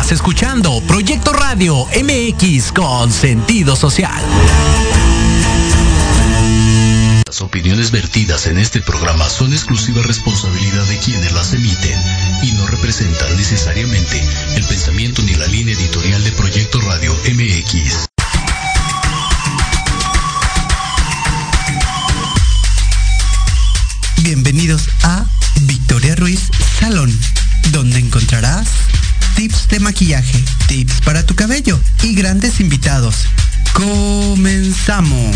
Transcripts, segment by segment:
Estás escuchando Proyecto Radio MX con sentido social. Las opiniones vertidas en este programa son exclusiva responsabilidad de quienes las emiten y no representan necesariamente el pensamiento ni la línea editorial de Proyecto Radio MX. Bienvenidos a Victoria Ruiz Salón, donde encontrarás tips de maquillaje, tips para tu cabello y grandes invitados. ¡Comenzamos!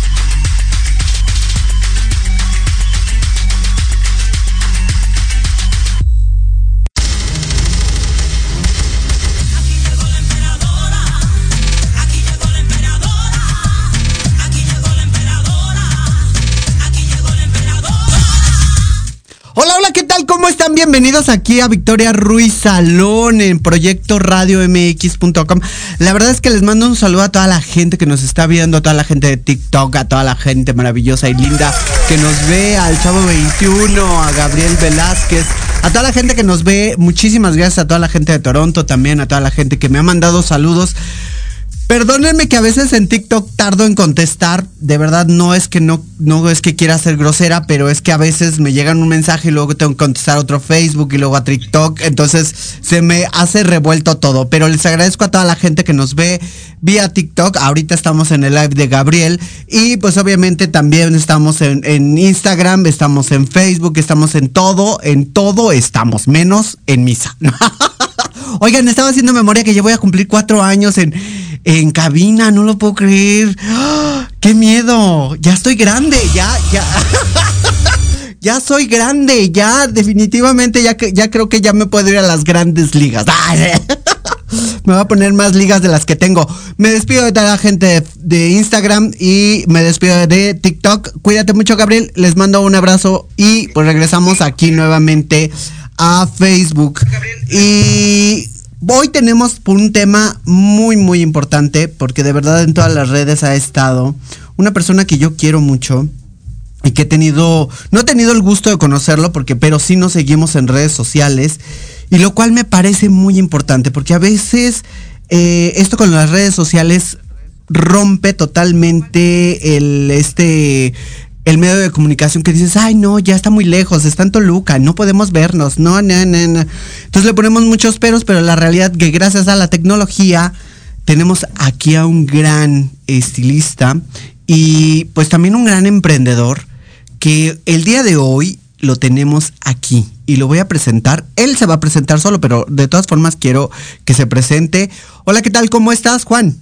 ¿Qué tal? ¿Cómo están? Bienvenidos aquí a Victoria Ruiz Salón en Proyecto Radio MX.com. La verdad es que les mando un saludo a toda la gente que nos está viendo, a toda la gente de TikTok, a toda la gente maravillosa y linda que nos ve, al Chavo 21, a Gabriel Velázquez, a toda la gente que nos ve. Muchísimas gracias a toda la gente de Toronto también, a toda la gente que me ha mandado saludos. Perdónenme que a veces en TikTok tardo en contestar, de verdad no es que quiera ser grosera, pero es que a veces me llegan un mensaje y luego tengo que contestar a otro Facebook y luego a TikTok, entonces se me hace revuelto todo, pero les agradezco a toda la gente que nos ve vía TikTok. Ahorita estamos en el live de Gabriel y pues obviamente también estamos en Instagram, estamos en Facebook, estamos en todo estamos, menos en misa. Oigan, estaba haciendo memoria que yo voy a cumplir 4 años en cabina, no lo puedo creer. ¡Oh, qué miedo! Ya estoy grande, ya. Ya soy grande, ya definitivamente ya creo que ya me puedo ir a las grandes ligas. Me voy a poner más ligas de las que tengo. Me despido de toda la gente de Instagram y me despido de TikTok. Cuídate mucho, Gabriel. Les mando un abrazo y pues regresamos aquí nuevamente a Facebook. Y hoy tenemos un tema muy muy importante, porque de verdad en todas las redes ha estado una persona que yo quiero mucho y que no he tenido el gusto de conocerlo, pero sí nos seguimos en redes sociales, y lo cual me parece muy importante, porque a veces esto con las redes sociales rompe totalmente el medio de comunicación, que dices, ay no, ya está muy lejos, está en Toluca, no podemos vernos, no. Entonces le ponemos muchos peros, pero la realidad que gracias a la tecnología tenemos aquí a un gran estilista y pues también un gran emprendedor, que el día de hoy lo tenemos aquí y lo voy a presentar. Él se va a presentar solo, pero de todas formas quiero que se presente. Hola, ¿qué tal? ¿Cómo estás, Juan?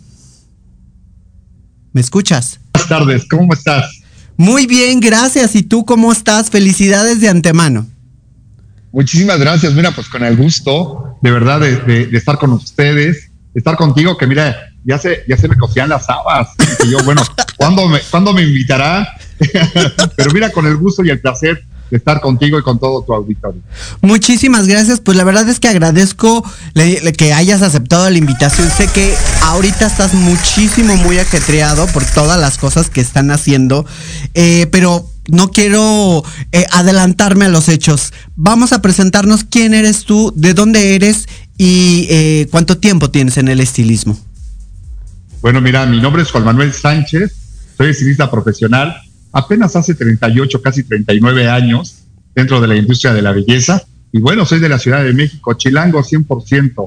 ¿Me escuchas? Buenas tardes, ¿cómo estás? Muy bien, gracias. ¿Y tú cómo estás? Felicidades de antemano. Muchísimas gracias. Mira, pues con el gusto, de verdad, de estar con ustedes, de estar contigo, que mira, ya se me cocían las habas. Y yo, bueno, ¿cuándo me invitará? Pero mira, con el gusto y el placer de estar contigo y con todo tu auditorio. Muchísimas gracias. Pues la verdad es que agradezco que hayas aceptado la invitación. Sé que ahorita estás muy ajetreado por todas las cosas que están haciendo, pero no quiero adelantarme a los hechos. Vamos a presentarnos. ¿Quién eres tú? ¿De dónde eres? ¿Y cuánto tiempo tienes en el estilismo? Bueno, mira, mi nombre es Juan Manuel Sánchez, soy estilista profesional. Apenas hace 38, casi 39 años dentro de la industria de la belleza. Y bueno, soy de la Ciudad de México, chilango 100%.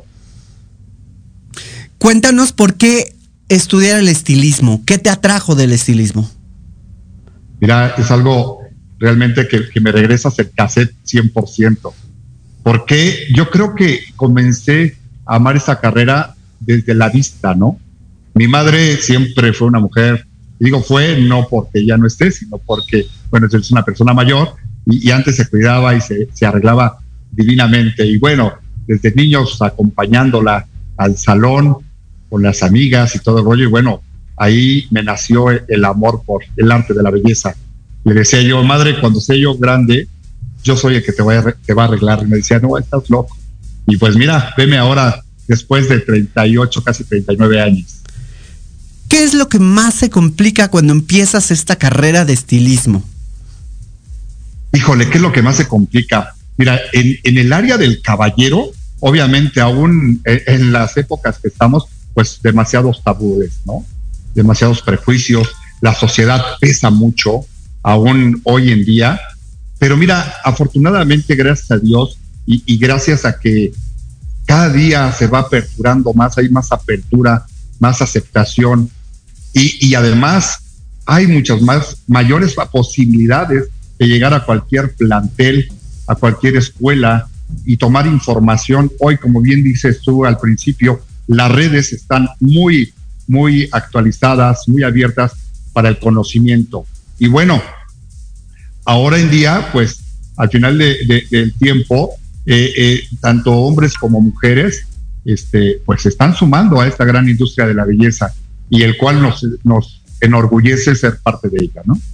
Cuéntanos por qué estudiar el estilismo. ¿Qué te atrajo del estilismo? Mira, es algo realmente que me regresa a hacer cassette 100%. Porque yo creo que comencé a amar esa carrera desde la vista, ¿no? Mi madre siempre fue una mujer. Digo fue, no porque ya no esté, sino porque, bueno, es una persona mayor y antes se cuidaba y se arreglaba divinamente. Y bueno, desde niños acompañándola al salón con las amigas y todo el rollo. Y bueno, ahí me nació el amor por el arte de la belleza. Le decía yo, madre, cuando sea yo grande, yo soy el que te va a arreglar. Y me decía, no, estás loco. Y pues mira, veme ahora, después de 38, casi 39 años. ¿Qué es lo que más se complica cuando empiezas esta carrera de estilismo? Híjole, ¿qué es lo que más se complica? Mira, en el área del caballero, obviamente aún en las épocas que estamos, pues demasiados tabúes, ¿no? Demasiados prejuicios, la sociedad pesa mucho, aún hoy en día, pero mira, afortunadamente, gracias a Dios y gracias a que cada día se va aperturando más, hay más apertura, más aceptación y además hay muchas mayores posibilidades de llegar a cualquier plantel, a cualquier escuela y tomar información. Hoy, como bien dices tú al principio, las redes están muy, muy actualizadas, muy abiertas para el conocimiento. Y bueno, ahora en día, pues al final del tiempo, tanto hombres como mujeres, pues se están sumando a esta gran industria de la belleza y el cual nos enorgullece ser parte de ella, ¿no?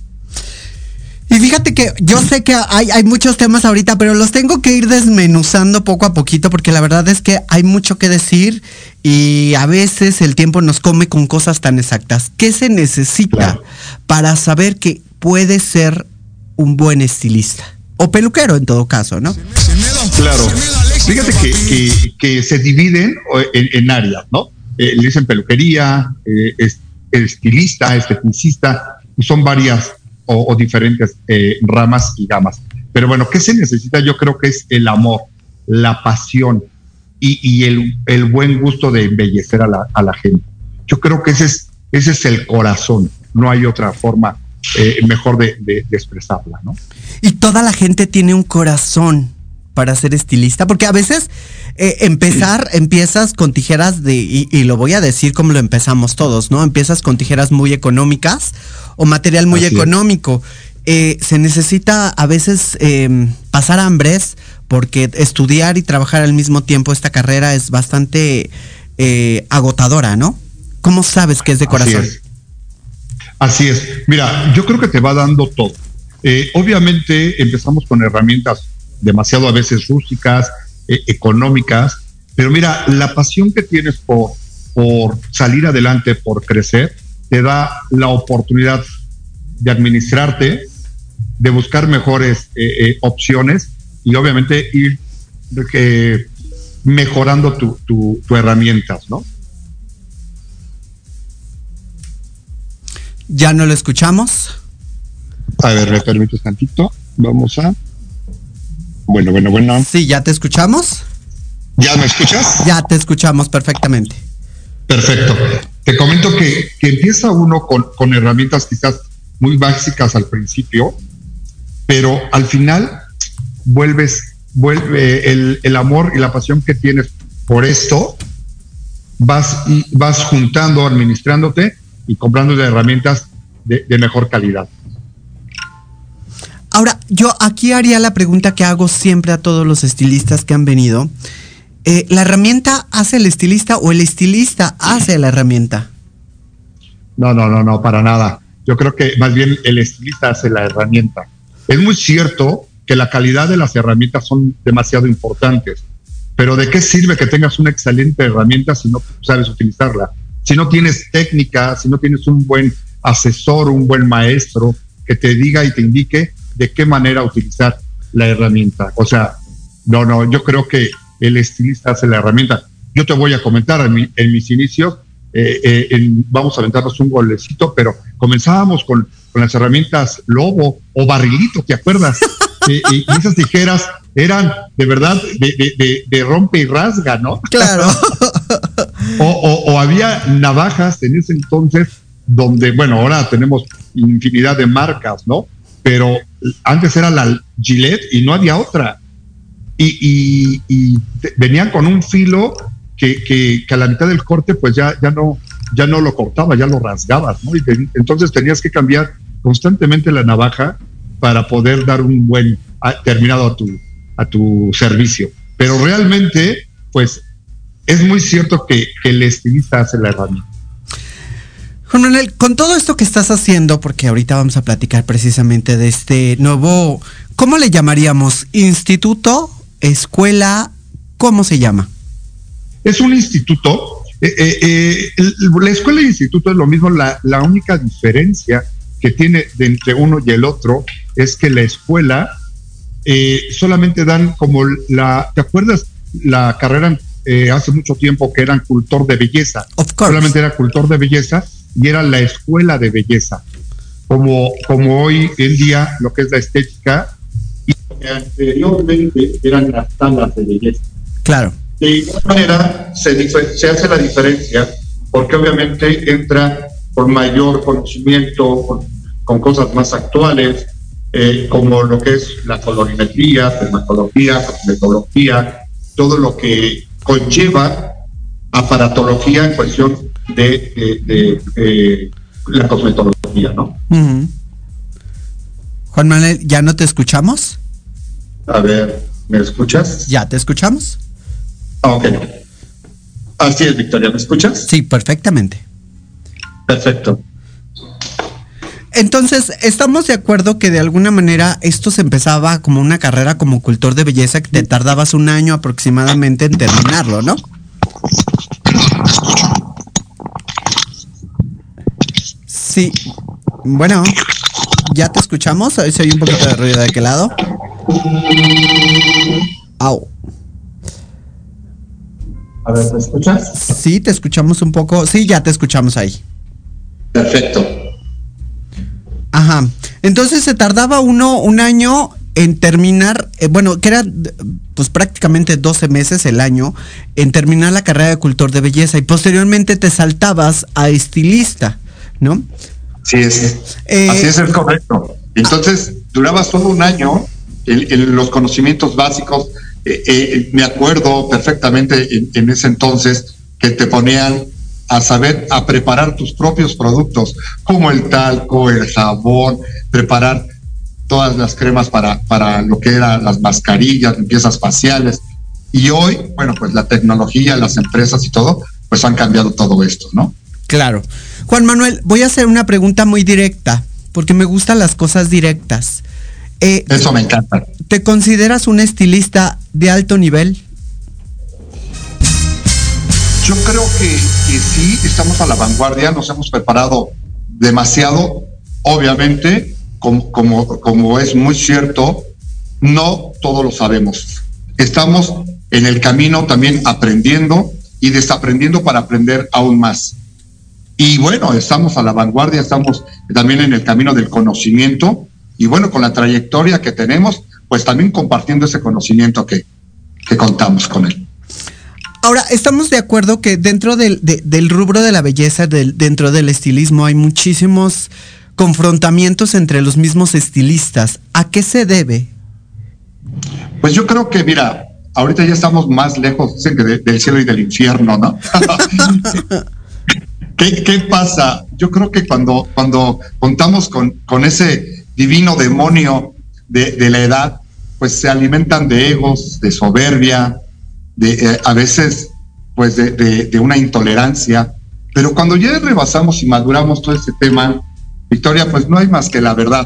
Y fíjate que yo sé que hay muchos temas ahorita, pero los tengo que ir desmenuzando poco a poquito porque la verdad es que hay mucho que decir y a veces el tiempo nos come con cosas tan exactas. ¿Qué se necesita para saber que puede ser un buen estilista? O peluquero en todo caso, ¿no? Claro. Fíjate que se dividen en áreas, ¿no? Le dicen peluquería, estilista, esteticista, y son varias o diferentes ramas y gamas. Pero bueno, ¿qué se necesita? Yo creo que es el amor, la pasión y el buen gusto de embellecer a la gente. Yo creo que ese es el corazón, no hay otra forma mejor de expresarla, ¿no? Y toda la gente tiene un corazón para ser estilista, porque a veces empiezas con tijeras y lo voy a decir como lo empezamos todos, ¿no? Empiezas con tijeras muy económicas o material muy económico. Se necesita a veces pasar hambres porque estudiar y trabajar al mismo tiempo esta carrera es bastante agotadora, ¿no? ¿Cómo sabes que es de corazón? Así es. Mira, yo creo que te va dando todo. Obviamente empezamos con herramientas demasiado a veces rústicas, económicas, pero mira, la pasión que tienes por salir adelante, por crecer, te da la oportunidad de administrarte, de buscar mejores opciones y obviamente ir mejorando tu herramientas, ¿no? ¿Ya no lo escuchamos? A ver, me permites tantito. Vamos a... Bueno. Sí, ¿ya te escuchamos? ¿Ya me escuchas? Ya te escuchamos perfectamente. Perfecto. Te comento que empieza uno con herramientas quizás muy básicas al principio, pero al final vuelve el amor y la pasión que tienes por esto, vas juntando, administrándote y comprando de herramientas de mejor calidad. Ahora, yo aquí haría la pregunta que hago siempre a todos los estilistas que han venido. ¿La herramienta hace el estilista o el estilista hace la herramienta? No, para nada. Yo creo que más bien el estilista hace la herramienta. Es muy cierto que la calidad de las herramientas son demasiado importantes, pero ¿de qué sirve que tengas una excelente herramienta si no sabes utilizarla? Si no tienes técnica, si no tienes un buen asesor, un buen maestro que te diga y te indique de qué manera utilizar la herramienta. O sea, no, yo creo que el estilista hace la herramienta. Yo te voy a comentar en mis inicios, vamos a aventarnos un golecito, pero comenzábamos con las herramientas Lobo o Barrilito, ¿te acuerdas? Y esas tijeras eran de verdad de rompe y rasga, ¿no? Claro. o había navajas en ese entonces donde, bueno, ahora tenemos infinidad de marcas, ¿no? Pero antes era la Gillette y no había otra. Y venían con un filo que a la mitad del corte pues ya no lo cortaba, ya lo rasgabas, ¿no? Y entonces tenías que cambiar constantemente la navaja para poder dar un buen terminado a tu servicio. Pero realmente, pues, es muy cierto que el estilista hace la herramienta. Juan Manuel, con todo esto que estás haciendo, porque ahorita vamos a platicar precisamente de este nuevo, ¿cómo le llamaríamos? ¿Instituto? ¿Escuela? ¿Cómo se llama? Es un instituto. La escuela y el instituto es lo mismo. La única diferencia que tiene de entre uno y el otro es que la escuela solamente dan como ¿te acuerdas la carrera hace mucho tiempo que eran cultor de belleza. Solamente era cultor de belleza y era la escuela de belleza. Como hoy en día lo que es la estética, y anteriormente eran las salas de belleza. Claro. De igual manera se hace la diferencia porque obviamente entra por mayor conocimiento, con cosas más actuales, como lo que es la colorimetría, dermatología, cosmetología, todo lo que conlleva aparatología en cuestión de la cosmetología, ¿no? Uh-huh. Juan Manuel, ¿ya no te escuchamos? A ver, ¿me escuchas? ¿Ya te escuchamos? Ok. Así es, Victoria, ¿me escuchas? Sí, perfectamente. Perfecto. Entonces, estamos de acuerdo que de alguna manera esto se empezaba como una carrera como cultor de belleza, que te tardabas un año aproximadamente en terminarlo, ¿no? Sí. Bueno, ¿ya te escuchamos? A ver si hay un poquito de ruido de aquel lado. Au. A ver, ¿me escuchas? Sí, te escuchamos un poco. Sí, ya te escuchamos ahí. Perfecto. Ajá. Entonces se tardaba un año en terminar, bueno, que era pues prácticamente 12 meses el año, en terminar la carrera de cultor de belleza, y posteriormente te saltabas a estilista, ¿no? Sí, es. Así es correcto. Entonces, duraba solo un año en los conocimientos básicos. Me acuerdo perfectamente en ese entonces que te ponían a preparar tus propios productos, como el talco, el jabón, preparar todas las cremas para lo que eran las mascarillas, limpiezas faciales. Y hoy, bueno, pues la tecnología, las empresas y todo, pues han cambiado todo esto, ¿no? Claro. Juan Manuel, voy a hacer una pregunta muy directa, porque me gustan las cosas directas. Eso me encanta. ¿Te consideras un estilista de alto nivel? Yo creo que sí, estamos a la vanguardia, nos hemos preparado demasiado. Obviamente, como es muy cierto, no todo lo sabemos. Estamos en el camino también aprendiendo y desaprendiendo para aprender aún más. Y bueno, estamos a la vanguardia, estamos también en el camino del conocimiento y bueno, con la trayectoria que tenemos, pues también compartiendo ese conocimiento que contamos con él. Ahora, estamos de acuerdo que dentro del rubro de la belleza, dentro del estilismo, hay muchísimos confrontamientos entre los mismos estilistas. ¿A qué se debe? Pues yo creo que, mira, ahorita ya estamos más lejos del cielo y del infierno, ¿no? ¿Qué pasa? Yo creo que cuando contamos con ese divino demonio de la edad, pues se alimentan de egos, de soberbia, a veces pues de una intolerancia, pero cuando ya rebasamos y maduramos todo este tema, Victoria, pues no hay más que la verdad.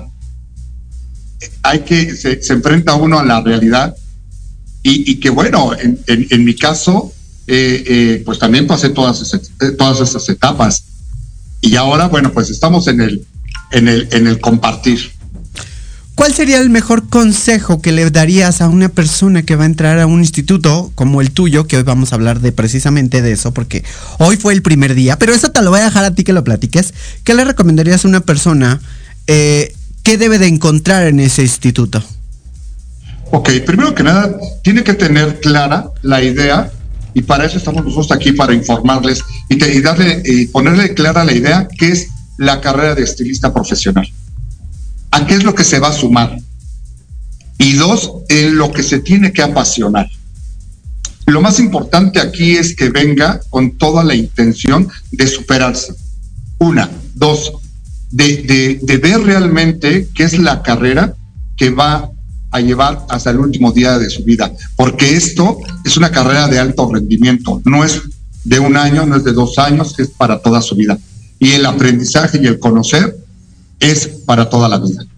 Se enfrenta uno a la realidad y que bueno, en mi caso, pues también pasé todas esas etapas y ahora, bueno, pues estamos en el compartir. ¿Cuál sería el mejor consejo que le darías a una persona que va a entrar a un instituto como el tuyo, que hoy vamos a hablar precisamente de eso, porque hoy fue el primer día, pero eso te lo voy a dejar a ti que lo platiques? ¿Qué le recomendarías a una persona qué debe de encontrar en ese instituto? Ok, primero que nada, tiene que tener clara la idea, y para eso estamos nosotros aquí, para informarles y ponerle clara la idea que es la carrera de estilista profesional. ¿A qué es lo que se va a sumar? Y dos, en lo que se tiene que apasionar. Lo más importante aquí es que venga con toda la intención de superarse. Una, dos, de ver realmente qué es la carrera que va a llevar hasta el último día de su vida. Porque esto es una carrera de alto rendimiento. No es de un año, no es de 2 años, es para toda su vida. Y el aprendizaje y el conocer es para toda la vida.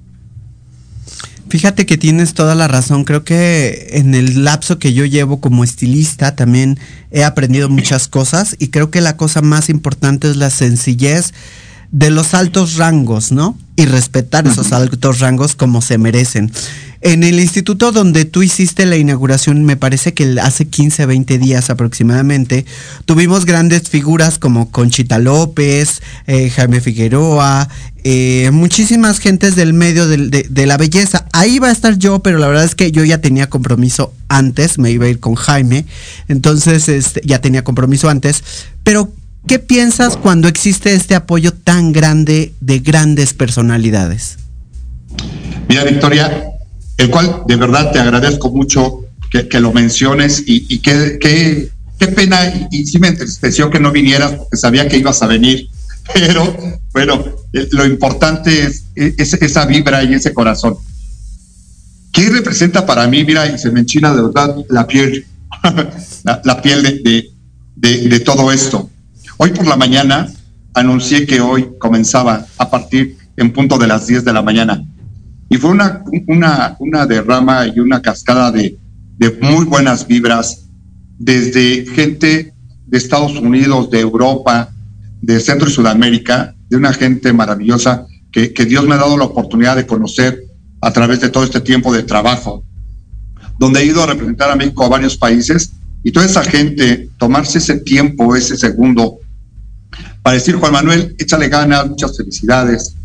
Fíjate que tienes toda la razón. Creo que en el lapso que yo llevo como estilista también he aprendido muchas cosas y creo que la cosa más importante es la sencillez de los altos rangos, ¿no? Y respetar esos altos rangos como se merecen. En el instituto donde tú hiciste la inauguración, me parece que hace 15, 20 días aproximadamente, tuvimos grandes figuras como Conchita López, Jaime Figueroa, muchísimas gentes del medio de la belleza. Ahí iba a estar yo, pero la verdad es que yo ya tenía compromiso antes, me iba a ir con Jaime, entonces ya tenía compromiso antes. Pero, ¿qué piensas cuando existe este apoyo tan grande de grandes personalidades? Mira, Victoria, el cual de verdad te agradezco mucho que lo menciones y qué pena y sí me entristeció que no vinieras porque sabía que ibas a venir, pero bueno, lo importante es esa vibra y ese corazón. ¿Qué representa para mí? Mira, y se me enchina de verdad la piel, la piel de todo esto. Hoy por la mañana anuncié que hoy comenzaba a partir en punto de las 10 de la mañana. Y fue una derrama y una cascada de muy buenas vibras, desde gente de Estados Unidos, de Europa, de Centro y Sudamérica, de una gente maravillosa que Dios me ha dado la oportunidad de conocer a través de todo este tiempo de trabajo, donde he ido a representar a México a varios países, y toda esa gente tomarse ese tiempo, ese segundo, para decir: Juan Manuel, échale ganas, muchas felicidades.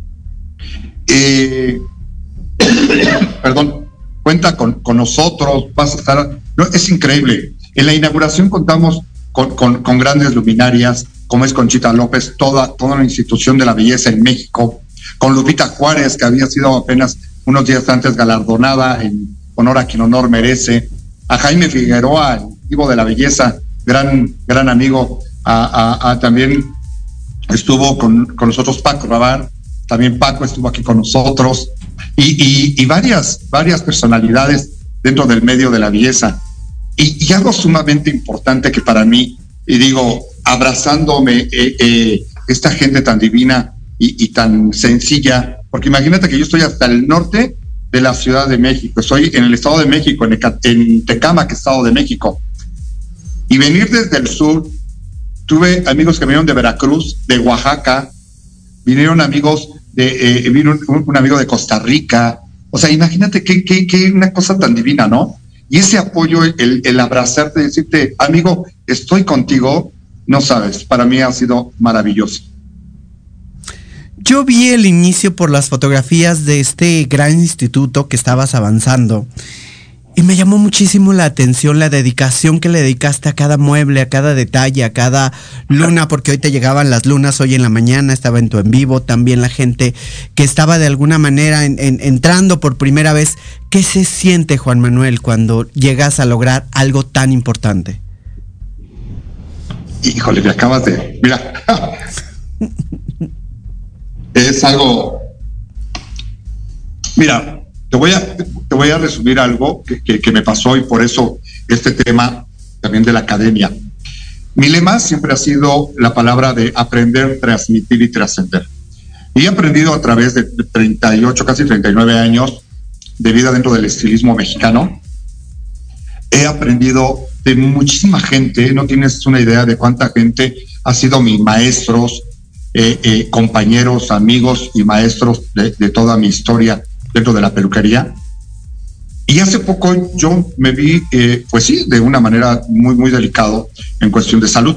Perdón, cuenta con nosotros, vas a estar. No, es increíble. En la inauguración contamos con grandes luminarias, como es Conchita López, toda una institución de la belleza en México, con Lupita Juárez, que había sido apenas unos días antes galardonada en honor a quien honor merece, a Jaime Figueroa, el vivo de la belleza, gran amigo, también estuvo con nosotros Paco Rabanne, también Paco estuvo aquí con nosotros, y varias personalidades dentro del medio de la belleza. Y algo sumamente importante que para mí, y digo, abrazándome esta gente tan divina y tan sencilla, porque imagínate que yo estoy hasta el norte de la Ciudad de México, estoy en el Estado de México, en Tecámac, Estado de México, y venir desde el sur. Tuve amigos que vinieron de Veracruz, de Oaxaca, vinieron amigos vino un amigo de Costa Rica. O sea, imagínate que una cosa tan divina, ¿no? Y ese apoyo, el abrazarte, decirte: amigo, estoy contigo, no sabes, para mí ha sido maravilloso. Yo vi el inicio por las fotografías de este gran instituto que estabas avanzando. Y me llamó muchísimo la atención la dedicación que le dedicaste a cada mueble, a cada detalle, a cada luna, porque hoy te llegaban las lunas, hoy en la mañana estaba en tu en vivo, también la gente que estaba de alguna manera entrando por primera vez. ¿Qué se siente, Juan Manuel, cuando llegas a lograr algo tan importante? Híjole, me acabas de... Mira, es algo... Mira, te voy a resumir algo que me pasó, y por eso este tema también de la academia. Mi lema siempre ha sido la palabra de aprender, transmitir y trascender. Y he aprendido a través de 38, casi 39 años de vida dentro del estilismo mexicano. He aprendido de muchísima gente, no tienes una idea de cuánta gente ha sido mis maestros, compañeros, amigos y maestros de toda mi historia dentro de la peluquería. Y hace poco yo me vi, pues sí, de una manera muy, muy delicado en cuestión de salud.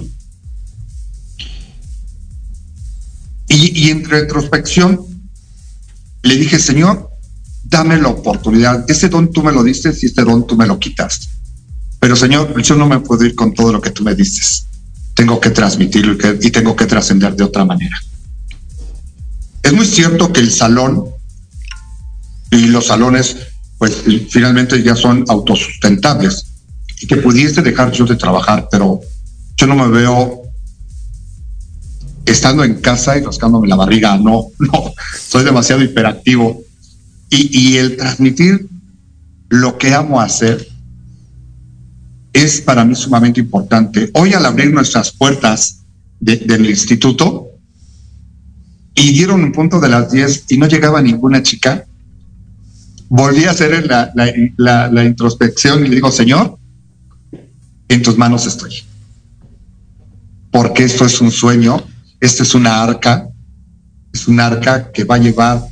Y en retrospección le dije: Señor, dame la oportunidad. Ese don tú me lo diste y este don tú me lo quitaste. Pero Señor, yo no me puedo ir con todo lo que tú me dices. Tengo que transmitirlo y tengo que trascender de otra manera. Es muy cierto que el salón y los salones, pues finalmente ya son autosustentables, y que pudiese dejar yo de trabajar, pero yo no me veo estando en casa y rascándome la barriga. No, soy demasiado hiperactivo, y el transmitir lo que amo hacer es para mí sumamente importante. Hoy, al abrir nuestras puertas del instituto, y dieron un punto de las 10 y no llegaba ninguna chica, volví a hacer la introspección y le digo: Señor, en tus manos estoy. Porque esto es un sueño, esto es una arca que va a llevar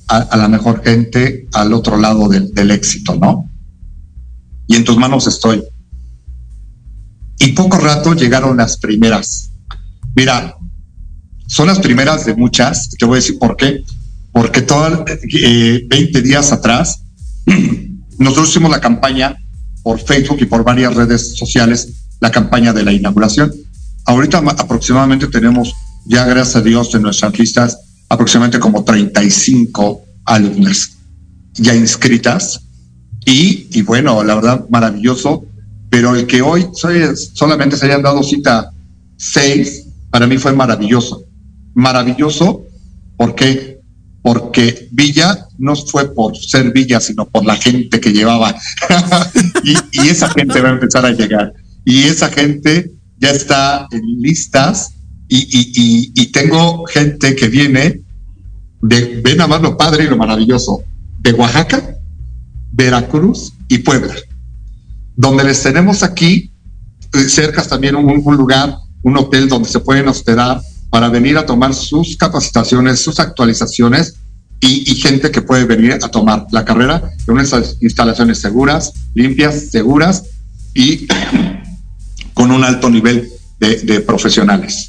a la mejor gente al otro lado del éxito, ¿no? Y en tus manos estoy. Y poco rato llegaron las primeras. Mira, son las primeras de muchas. Te voy a decir por qué. Porque 20 días atrás, nosotros hicimos la campaña por Facebook y por varias redes sociales, la campaña de la inauguración. Ahorita aproximadamente tenemos, ya gracias a Dios, en nuestras listas, aproximadamente como 35 alumnas ya inscritas. Y bueno, la verdad, maravilloso. Pero el que hoy solamente se hayan dado cita 6, para mí fue maravilloso. Maravilloso, ¿por qué? Porque Villa no fue por ser Villa, sino por la gente que llevaba. y esa gente va a empezar a llegar. Y esa gente ya está en listas y tengo gente que viene ve nada más lo padre y lo maravilloso, de Oaxaca, Veracruz y Puebla, donde les tenemos aquí cerca también un lugar, un hotel donde se pueden hospedar para venir a tomar sus capacitaciones, sus actualizaciones y gente que puede venir a tomar la carrera en unas instalaciones seguras, limpias, seguras y con un alto nivel de profesionales.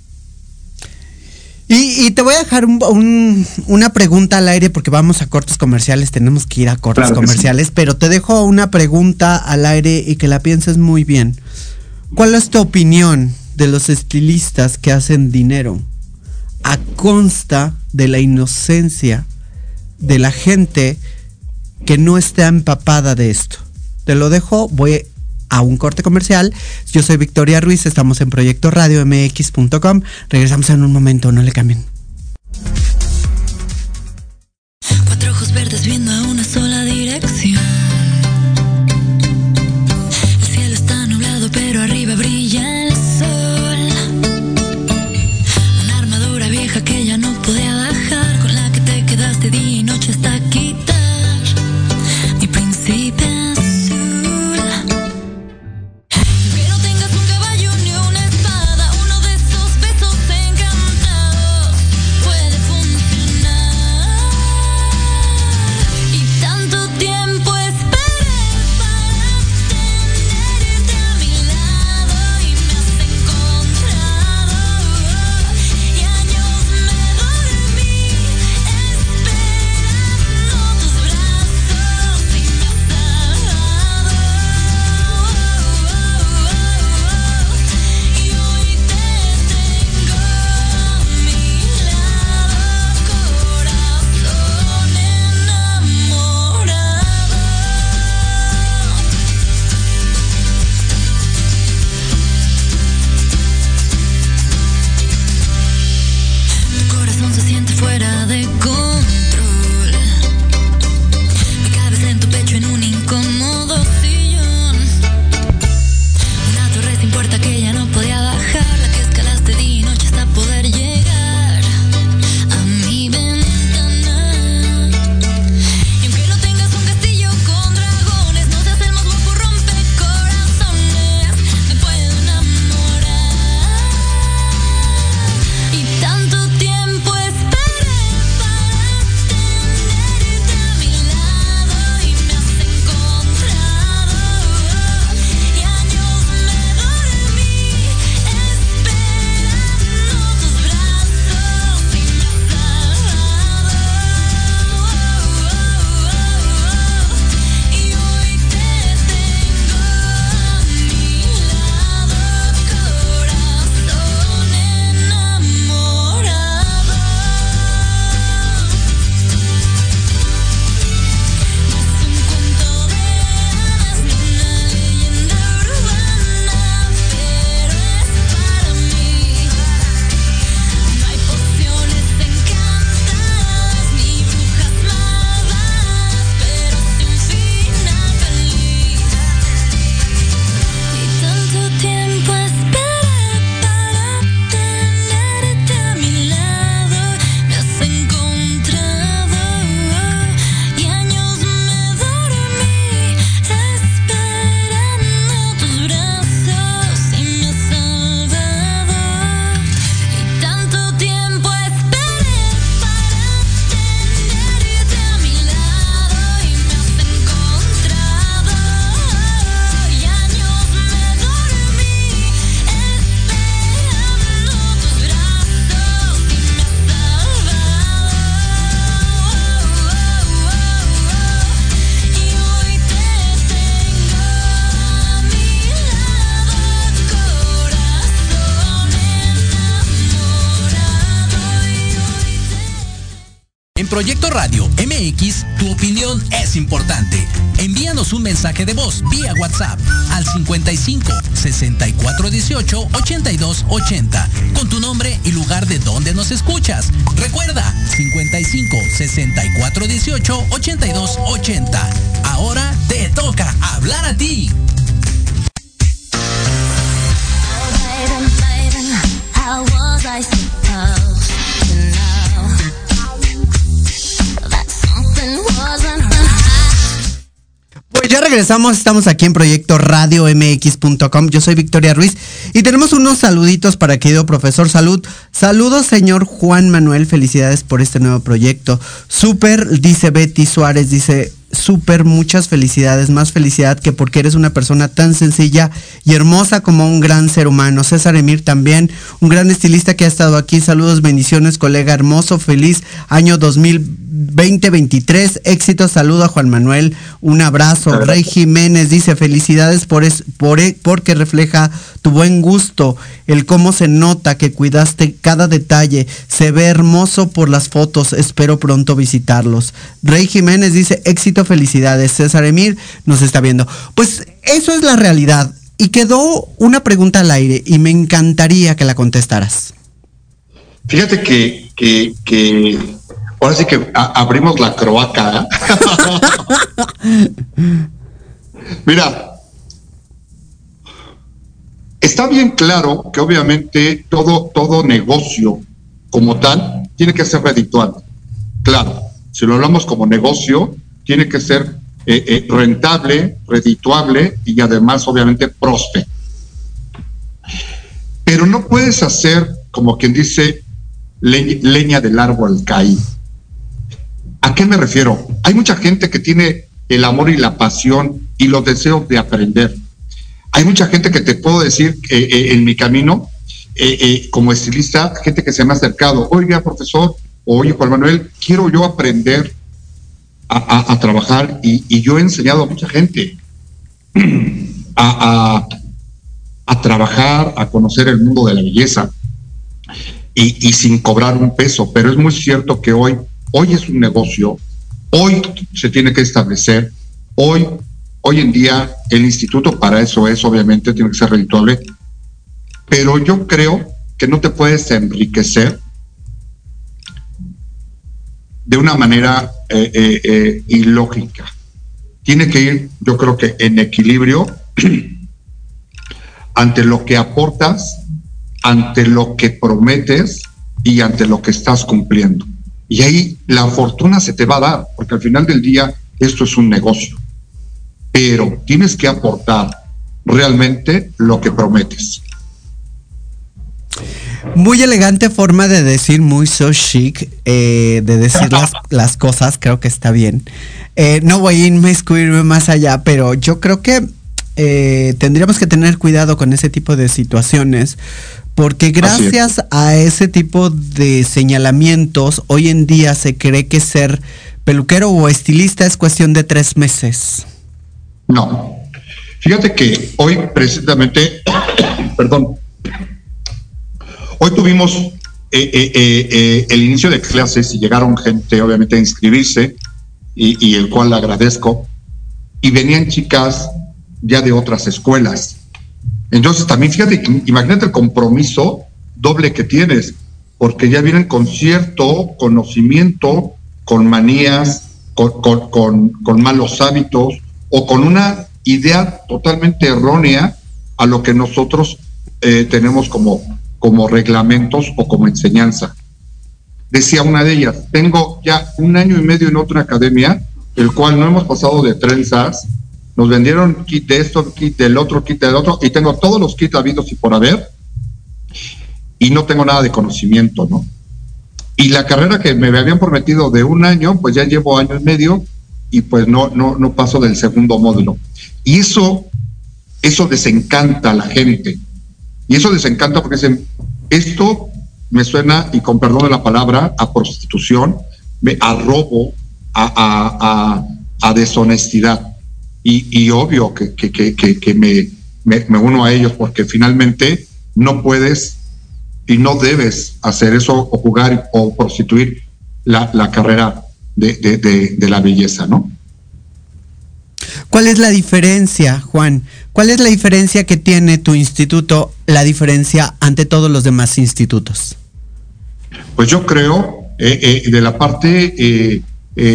Y te voy a dejar una pregunta al aire porque vamos a cortes comerciales, tenemos que ir a cortes comerciales, sí. Pero te dejo una pregunta al aire y que la pienses muy bien. ¿Cuál es tu opinión de los estilistas que hacen dinero a consta de la inocencia de la gente que no está empapada de esto? Te lo dejo, voy a un corte comercial. Yo soy Victoria Ruiz, estamos en Proyecto Radio MX.com. Regresamos en un momento, no le cambien. 4 ojos verdes viendo a una sola dirección. El cielo está nublado, pero arriba brilla el sol. Una armadura vieja que ya no podía bajar, con la que te quedaste día y noche hasta quitar mi príncipe. Proyecto Radio MX, tu opinión es importante. Envíanos un mensaje de voz vía WhatsApp al 55 64 18 82 80 con tu nombre y lugar de donde nos escuchas. Recuerda, 55 64 18 82 80. Ahora te toca hablar a ti. How was I supposed to know that something wasn't right? Pues ya regresamos, estamos aquí en Proyecto Radio MX.com. Yo soy Victoria Ruiz y tenemos unos saluditos para querido profesor. Saludos, señor Juan Manuel, felicidades por este nuevo proyecto. Súper, dice Betty Suárez, dice... Súper, muchas felicidades, más felicidad que porque eres una persona tan sencilla y hermosa como un gran ser humano. César Emir también, un gran estilista que ha estado aquí. Saludos, bendiciones, colega hermoso, feliz año 2023, éxito, saludo a Juan Manuel, un abrazo. Rey Jiménez dice felicidades porque refleja tu buen gusto, el cómo se nota que cuidaste cada detalle, se ve hermoso por las fotos, espero pronto visitarlos. Rey Jiménez dice éxito, felicidades. César Emir nos está viendo. Pues eso es la realidad. Y quedó una pregunta al aire y me encantaría que la contestaras. Fíjate que ahora sí que abrimos la croaca. Mira, está bien claro que obviamente todo negocio como tal tiene que ser redituante. Claro, si lo hablamos como negocio, tiene que ser rentable, redituable y además obviamente próspero. Pero no puedes hacer, como quien dice, leña del árbol caído. ¿A qué me refiero? Hay mucha gente que tiene el amor y la pasión y los deseos de aprender. Hay mucha gente que te puedo decir en mi camino, como estilista, gente que se me ha acercado. Oiga, profesor, oye, Juan Manuel, quiero yo aprender a trabajar y yo he enseñado a mucha gente a trabajar, a conocer el mundo de la belleza y sin cobrar un peso. Pero es muy cierto que hoy es un negocio, hoy se tiene que establecer, hoy en día el instituto para eso es, obviamente, tiene que ser redituable, pero yo creo que no te puedes enriquecer de una manera ilógica. Tiene que ir, yo creo que en equilibrio ante lo que aportas, ante lo que prometes y ante lo que estás cumpliendo. Y ahí la fortuna se te va a dar, porque al final del día esto es un negocio. Pero tienes que aportar realmente lo que prometes. Muy elegante forma de decir, muy so chic, de decir las cosas, creo que está bien. No voy a inmiscuirme más allá, pero yo creo que tendríamos que tener cuidado con ese tipo de situaciones, porque gracias a ese tipo de señalamientos, hoy en día se cree que ser peluquero o estilista es cuestión de 3 meses. No. Fíjate que hoy precisamente, perdón, hoy tuvimos el inicio de clases y llegaron gente obviamente a inscribirse y el cual le agradezco, y venían chicas ya de otras escuelas. Entonces también fíjate, imagínate el compromiso doble que tienes, porque ya vienen con cierto conocimiento, con manías, con malos hábitos o con una idea totalmente errónea a lo que nosotros tenemos como reglamentos o como enseñanza. Decía una de ellas, tengo ya 1 año y medio en otra academia, el cual no hemos pasado de trenzas, nos vendieron kit de esto, kit del otro, y tengo todos los kits habidos y por haber, y no tengo nada de conocimiento, ¿no? Y la carrera que me habían prometido de 1 año, pues ya llevo 1 año y medio, y pues no paso del segundo módulo. Y eso desencanta a la gente. Y eso desencanta porque dicen, esto me suena, y con perdón de la palabra, a prostitución, a robo, a deshonestidad. Y obvio que me uno a ellos, porque finalmente no puedes y no debes hacer eso o jugar o prostituir la carrera de la belleza, ¿no? ¿Cuál es la diferencia, Juan? ¿Cuál es la diferencia que tiene tu instituto, la diferencia ante todos los demás institutos? Pues yo creo, de la parte,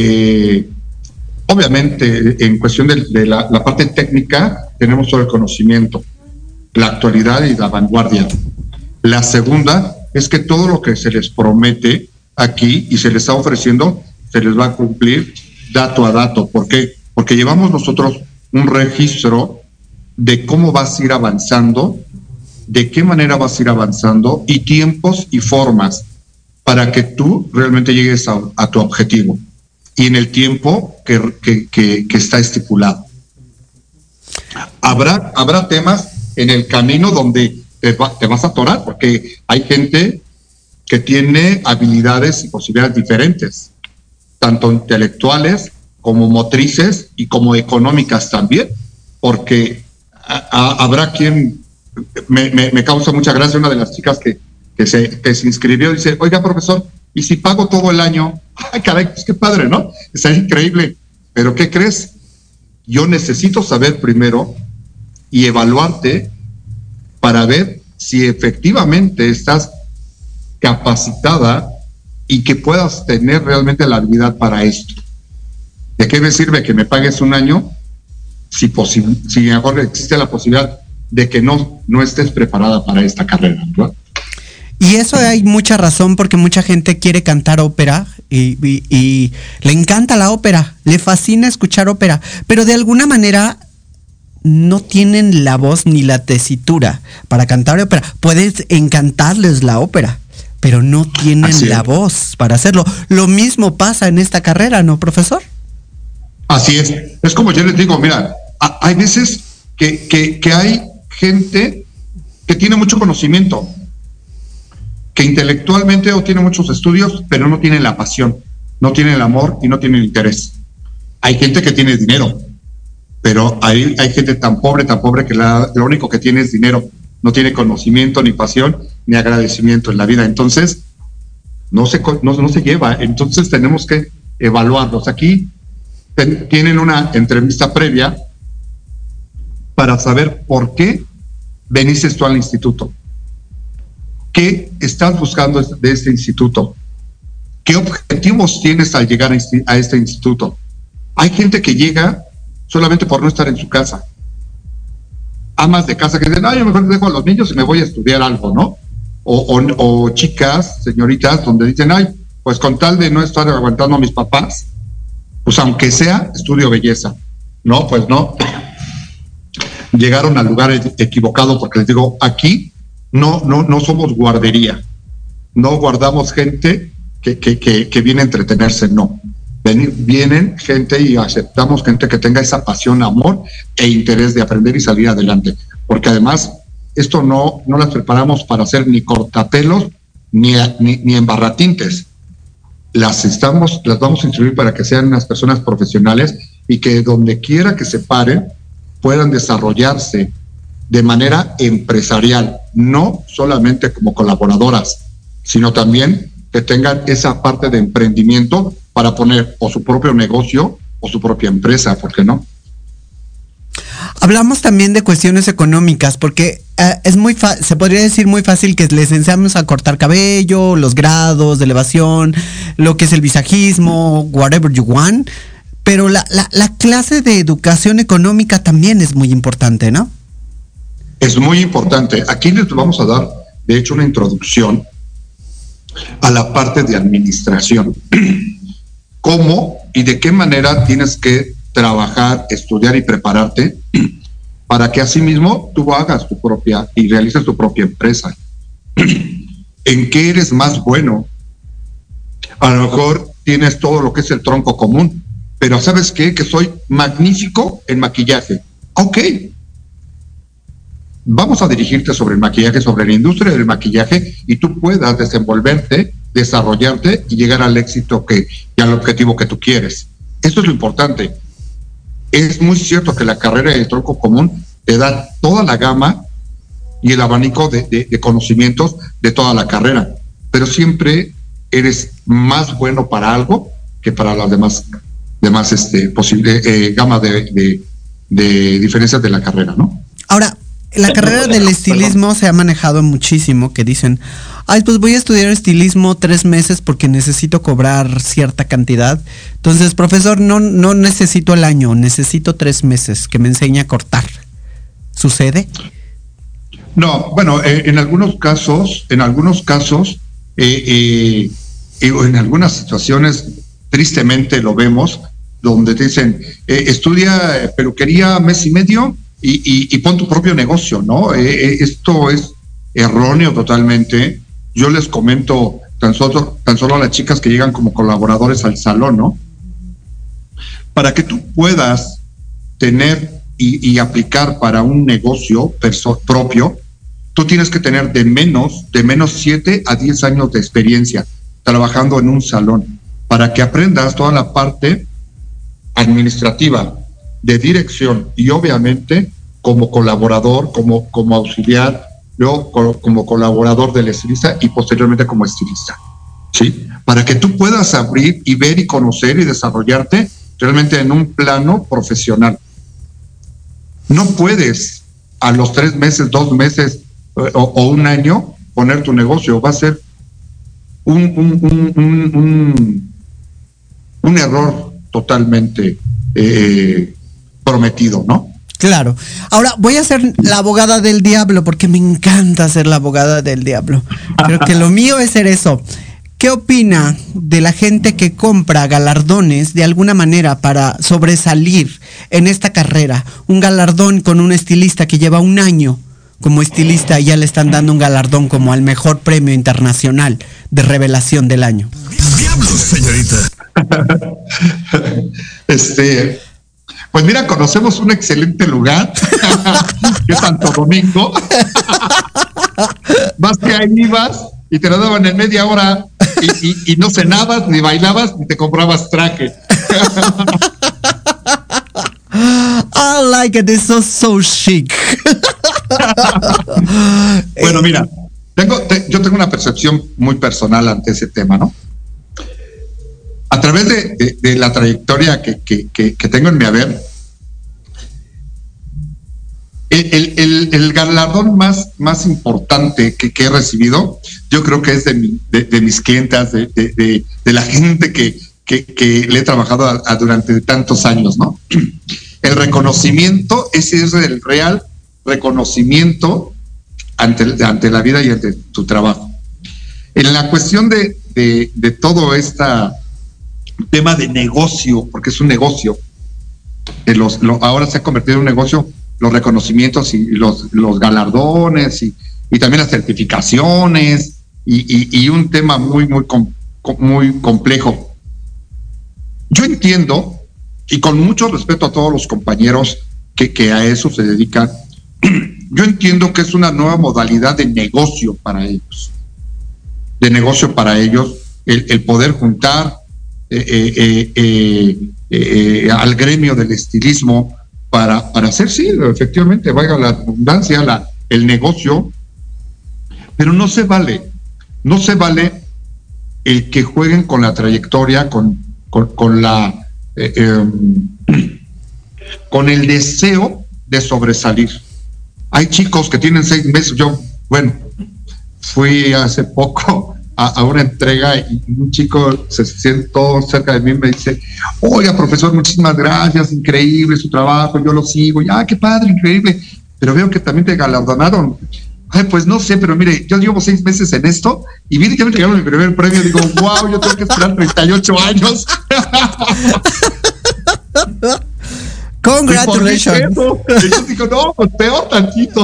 obviamente, en cuestión de la parte técnica, tenemos todo el conocimiento, la actualidad y la vanguardia. La segunda es que todo lo que se les promete aquí y se les está ofreciendo, se les va a cumplir dato a dato. ¿Por qué? Porque llevamos nosotros un registro de cómo vas a ir avanzando, de qué manera vas a ir avanzando y tiempos y formas para que tú realmente llegues a tu objetivo y en el tiempo que está estipulado. Habrá temas en el camino donde te vas a atorar, porque hay gente que tiene habilidades y posibilidades diferentes, tanto intelectuales como motrices y como económicas también, porque habrá quien, me causa mucha gracia, una de las chicas que se inscribió, dice, oiga, profesor, ¿y si pago todo el año? Ay, caray, pues qué padre, ¿no? Es increíble, pero ¿qué crees? Yo necesito saber primero y evaluarte para ver si efectivamente estás capacitada y que puedas tener realmente la habilidad para esto. ¿De qué me sirve que me pagues un año si mejor existe la posibilidad de que no estés preparada para esta carrera, ¿verdad? Y eso hay mucha razón, porque mucha gente quiere cantar ópera y le encanta la ópera, le fascina escuchar ópera, pero de alguna manera no tienen la voz ni la tesitura para cantar ópera. Puedes encantarles la ópera, pero no tienen la voz para hacerlo. Lo mismo pasa en esta carrera, ¿no, profesor? Así es. Es como yo les digo, mira, hay veces que hay gente que tiene mucho conocimiento, que intelectualmente o tiene muchos estudios, pero no tiene la pasión, no tiene el amor y no tiene el interés. Hay gente que tiene dinero, pero hay gente tan pobre que lo único que tiene es dinero, no tiene conocimiento, ni pasión, ni agradecimiento en la vida. Entonces, no se lleva. Entonces tenemos que evaluarlos. Aquí tienen una entrevista previa para saber por qué veniste tú al instituto. ¿Qué estás buscando de este instituto? ¿Qué objetivos tienes al llegar a este instituto? Hay gente que llega solamente por no estar en su casa. Amas de casa que dicen, yo mejor dejo a los niños y me voy a estudiar algo, ¿no? O chicas, señoritas, donde dicen, pues con tal de no estar aguantando a mis papás, pues aunque sea, estudio belleza. No, pues no. Llegaron al lugar equivocado, porque les digo, aquí no somos guardería, no guardamos gente que viene a entretenerse, no. Vienen gente y aceptamos gente que tenga esa pasión, amor e interés de aprender y salir adelante, porque además esto no las preparamos para hacer ni cortapelos ni embarratintes. Las vamos a instruir para que sean unas personas profesionales y que donde quiera que se paren puedan desarrollarse de manera empresarial, no solamente como colaboradoras, sino también que tengan esa parte de emprendimiento para poner o su propio negocio o su propia empresa, ¿por qué no? Hablamos también de cuestiones económicas, porque se podría decir muy fácil que les enseñamos a cortar cabello, los grados de elevación, lo que es el visajismo, whatever you want, pero la clase de educación económica también es muy importante, ¿no? Es muy importante. Aquí les vamos a dar, de hecho, una introducción a la parte de administración. ¿Cómo y de qué manera tienes que trabajar, estudiar y prepararte para que asimismo tú hagas tu propia y realices tu propia empresa? ¿En qué eres más bueno? A lo mejor tienes todo lo que es el tronco común, pero ¿sabes qué? Que soy magnífico en maquillaje. Ok. Vamos a dirigirte sobre el maquillaje, sobre la industria del maquillaje, y tú puedas desenvolverte, desarrollarte y llegar al éxito y al objetivo que tú quieres. Esto es lo importante. Es muy cierto que la carrera de tronco común te da toda la gama y el abanico de conocimientos de toda la carrera, pero siempre eres más bueno para algo que para las demás gama de diferencias de la carrera, ¿no? Ahora, la carrera del estilismo se ha manejado muchísimo, que dicen, ay, pues voy a estudiar estilismo 3 meses porque necesito cobrar cierta cantidad. Entonces, profesor, no necesito el año, necesito 3 meses que me enseñe a cortar. ¿Sucede? No, bueno, en algunos casos, en algunas situaciones, tristemente lo vemos, donde te dicen, estudia peluquería mes y medio y pon tu propio negocio, ¿no? Esto es erróneo totalmente. Yo les comento tan solo a las chicas que llegan como colaboradores al salón, ¿no? Para que tú puedas tener y aplicar para un negocio propio, tú tienes que tener de menos 7 a 10 años de experiencia trabajando en un salón, para que aprendas toda la parte administrativa, de dirección y obviamente como colaborador, como auxiliar, luego como colaborador del estilista y posteriormente como estilista, ¿sí? Para que tú puedas abrir y ver y conocer y desarrollarte realmente en un plano profesional. No puedes a los 3 meses, 2 meses o un año poner tu negocio. Va a ser un error totalmente prometido, ¿no? Claro. Ahora voy a ser la abogada del diablo porque me encanta ser la abogada del diablo. Creo que lo mío es ser eso. ¿Qué opina de la gente que compra galardones de alguna manera para sobresalir en esta carrera? Un galardón con un estilista que lleva 1 año como estilista y ya le están dando un galardón como al mejor premio internacional de revelación del año. ¡Diablos, señorita! Pues mira, conocemos un excelente lugar, que es Santo Domingo. Vas que ahí ibas y te lo daban en media hora y no cenabas, ni bailabas, ni te comprabas traje. I like it, it's so chic. Bueno, mira, yo tengo una percepción muy personal ante ese tema, ¿no? A través de la trayectoria que tengo en mi haber, el galardón más importante que he recibido, yo creo que es de mis clientas, de la gente que le he trabajado durante tantos años, ¿no? El reconocimiento, ese es el real reconocimiento ante la vida y ante tu trabajo. En la cuestión de todo tema de negocio, porque es un negocio, ahora se ha convertido en un negocio, los reconocimientos y los galardones y también las certificaciones y un tema muy complejo. Yo entiendo, y con mucho respeto a todos los compañeros que a eso se dedican, yo entiendo que es una nueva modalidad de negocio para ellos, el poder juntar al gremio del estilismo para hacer, sí, efectivamente, valga la redundancia, el negocio, pero no se vale el que jueguen con la trayectoria, con el deseo de sobresalir. Hay chicos que tienen 6 meses, fui hace poco a una entrega y un chico se sentó cerca de mí y me dice, oiga, profesor, muchísimas gracias, increíble su trabajo, yo lo sigo, qué padre, increíble, pero veo que también te galardonaron. Ay, pues no sé, pero mire, yo llevo 6 meses en esto y mire, ya me entregaron mi primer premio, digo, wow, yo tengo que esperar 38 años. Congratulations. Y yo digo, no, pues peor tantito.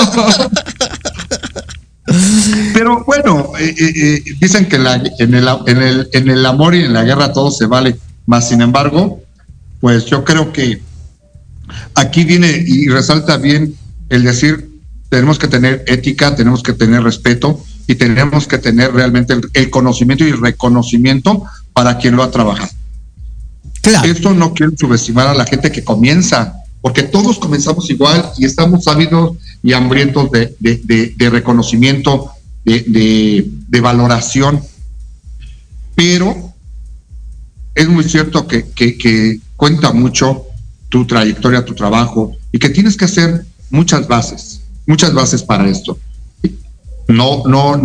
Pero bueno, dicen que en el amor y en la guerra todo se vale, más sin embargo, pues yo creo que aquí viene y resalta bien el decir, tenemos que tener ética, tenemos que tener respeto y tenemos que tener realmente el conocimiento y el reconocimiento para quien lo ha trabajado. Claro. Esto no quiero subestimar a la gente que comienza, porque todos comenzamos igual y estamos ávidos y hambrientos de reconocimiento, de valoración. pero es muy cierto que cuenta mucho tu trayectoria, tu trabajo, y que tienes que hacer muchas bases para esto. No,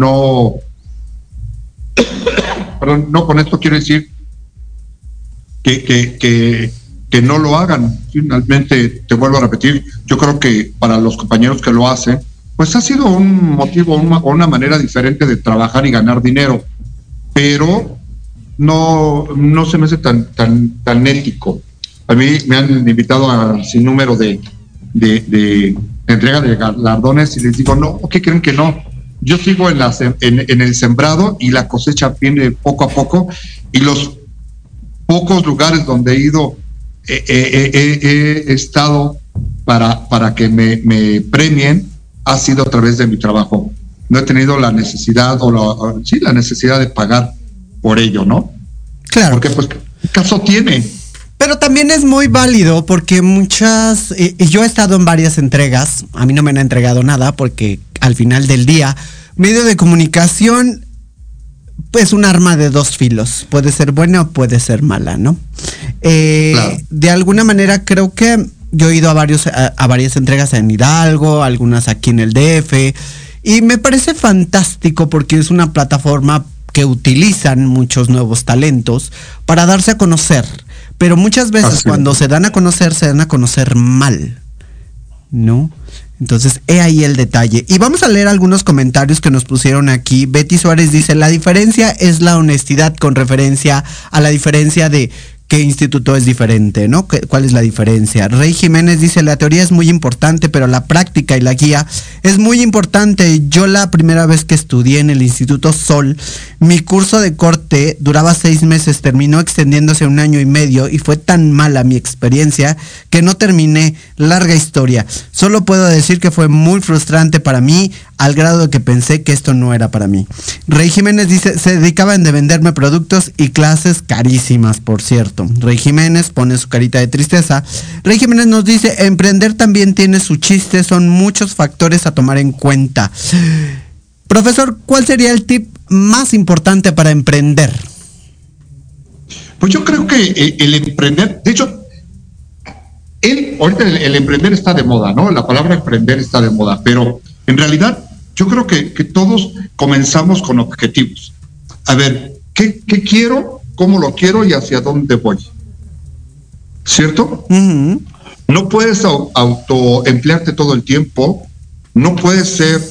perdón, no con esto quiero decir que no lo hagan. Finalmente, te vuelvo a repetir, yo creo que para los compañeros que lo hacen, pues ha sido un motivo, una manera diferente de trabajar y ganar dinero, pero no se me hace tan ético. A mí me han invitado a sin número de entrega de galardones y les digo, no, ¿qué creen que no? Yo sigo en el sembrado y la cosecha viene poco a poco, y los pocos lugares donde he ido he estado para que me premien ha sido a través de mi trabajo. No he tenido la necesidad la necesidad de pagar por ello, ¿no? Claro. Porque pues, ¿qué caso tiene? Pero también es muy válido porque yo he estado en varias entregas, a mí no me han entregado nada porque al final del día, medio de comunicación, pues un arma de dos filos, puede ser buena o puede ser mala, ¿no? Claro. De alguna manera creo que yo he ido a varias entregas en Hidalgo, algunas aquí en el DF, y me parece fantástico porque es una plataforma que utilizan muchos nuevos talentos para darse a conocer. Pero muchas veces cuando se dan a conocer mal, ¿no? Entonces, he ahí el detalle. Y vamos a leer algunos comentarios que nos pusieron aquí. Betty Suárez dice, la diferencia es la honestidad con referencia a la diferencia de qué instituto es diferente, ¿no? ¿Cuál es la diferencia? Rey Jiménez dice, la teoría es muy importante, pero la práctica y la guía es muy importante. Yo la primera vez que estudié en el Instituto Sol, mi curso de corte duraba 6 meses, terminó extendiéndose 1 año y medio y fue tan mala mi experiencia que no terminé. Larga historia. Solo puedo decir que fue muy frustrante para mí al grado de que pensé que esto no era para mí. Rey Jiménez dice, se dedicaban de venderme productos y clases carísimas, por cierto. Rey Jiménez pone su carita de tristeza. Rey Jiménez nos dice, emprender también tiene su chiste, son muchos factores a tomar en cuenta. Profesor, ¿cuál sería el tip más importante para emprender? Pues yo creo que el emprender, de hecho, ahorita el emprender está de moda, ¿no? La palabra emprender está de moda, pero en realidad yo creo que todos comenzamos con objetivos. A ver, ¿qué quiero? ¿Cómo lo quiero? Y hacia dónde voy. ¿Cierto? Uh-huh. No puedes autoemplearte todo el tiempo, no puedes ser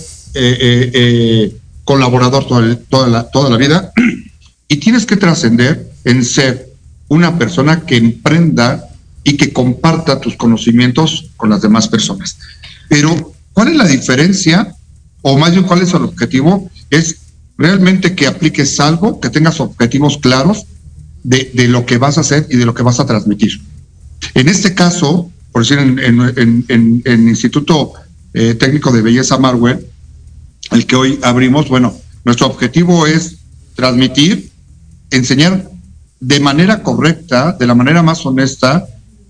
colaborador toda la vida, y tienes que trascender en ser una persona que emprenda y que comparta tus conocimientos con las demás personas. Pero, ¿cuál es la diferencia? O más bien, ¿cuál es el objetivo? Es realmente que apliques algo, que tengas objetivos claros de lo que vas a hacer y de lo que vas a transmitir. En este caso, por decir, en el Instituto Técnico de Belleza Marwell, el que hoy abrimos, bueno, nuestro objetivo es transmitir, enseñar de manera correcta, de la manera más honesta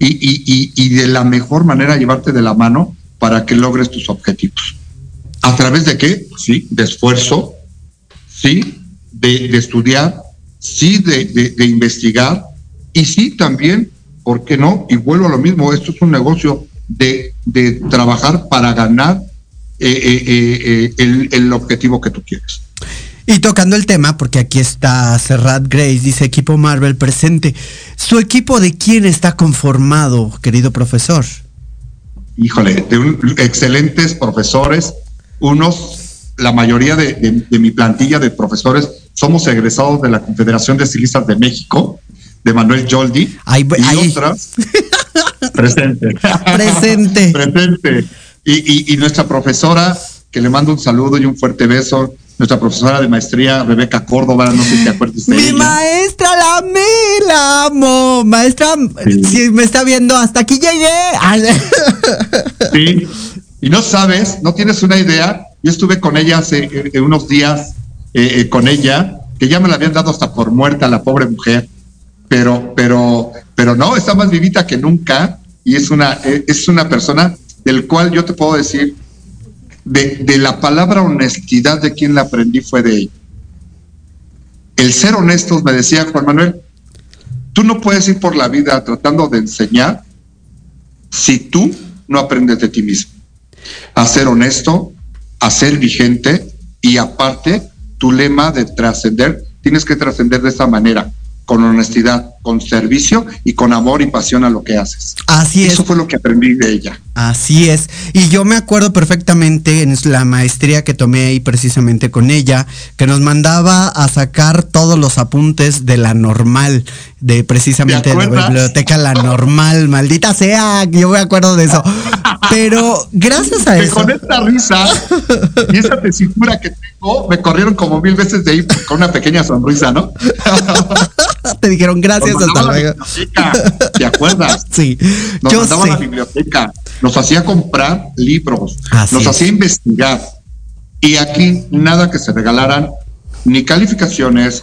y de la mejor manera llevarte de la mano para que logres tus objetivos. ¿A través de qué? Sí, de esfuerzo, sí, de estudiar, sí, de investigar, y sí también, ¿por qué no? Y vuelvo a lo mismo, esto es un negocio de trabajar para ganar el objetivo que tú quieres. Y tocando el tema, porque aquí está Serrat Grace, dice equipo Marvel presente. ¿Su equipo de quién está conformado, querido profesor? Híjole, de excelentes profesores. La mayoría de mi plantilla de profesores somos egresados de la Confederación de Estilistas de México, de Manuel Yoldi. Otras presente. Y nuestra profesora, que le mando un saludo y un fuerte beso, nuestra profesora de maestría, Rebeca Córdoba, no sé si te acuerdas de ella. Mi maestra, la amo. Maestra, sí. Si me está viendo, hasta aquí llegué. Sí, y no sabes, no tienes una idea. Yo estuve con ella hace unos días, con ella, que ya me la habían dado hasta por muerta, la pobre mujer. Pero no, está más vivita que nunca, y es una persona del cual yo te puedo decir, de la palabra honestidad de quien la aprendí fue de ella. el ser honestos, me decía Juan Manuel, tú no puedes ir por la vida tratando de enseñar si tú no aprendes de ti mismo. A ser honesto, a ser vigente, y aparte, tu lema de trascender, tienes que trascender de esta manera, con honestidad, con servicio y con amor y pasión a lo que haces. Así es. Eso fue lo que aprendí de ella. Así es. Y yo me acuerdo perfectamente en la maestría que tomé ahí precisamente con ella, que nos mandaba a sacar todos los apuntes de la normal, de precisamente de la biblioteca La Normal, maldita sea, yo me acuerdo de eso. Pero gracias a eso. Con esta risa y esa tesitura que tengo, me corrieron como 1000 veces de ahí con una pequeña sonrisa, ¿no? Te dijeron gracias, hasta luego. ¿Te acuerdas? Sí. Nos mandaba a la biblioteca, nos hacía comprar libros, nos hacía investigar. Y aquí nada que se regalaran, ni calificaciones,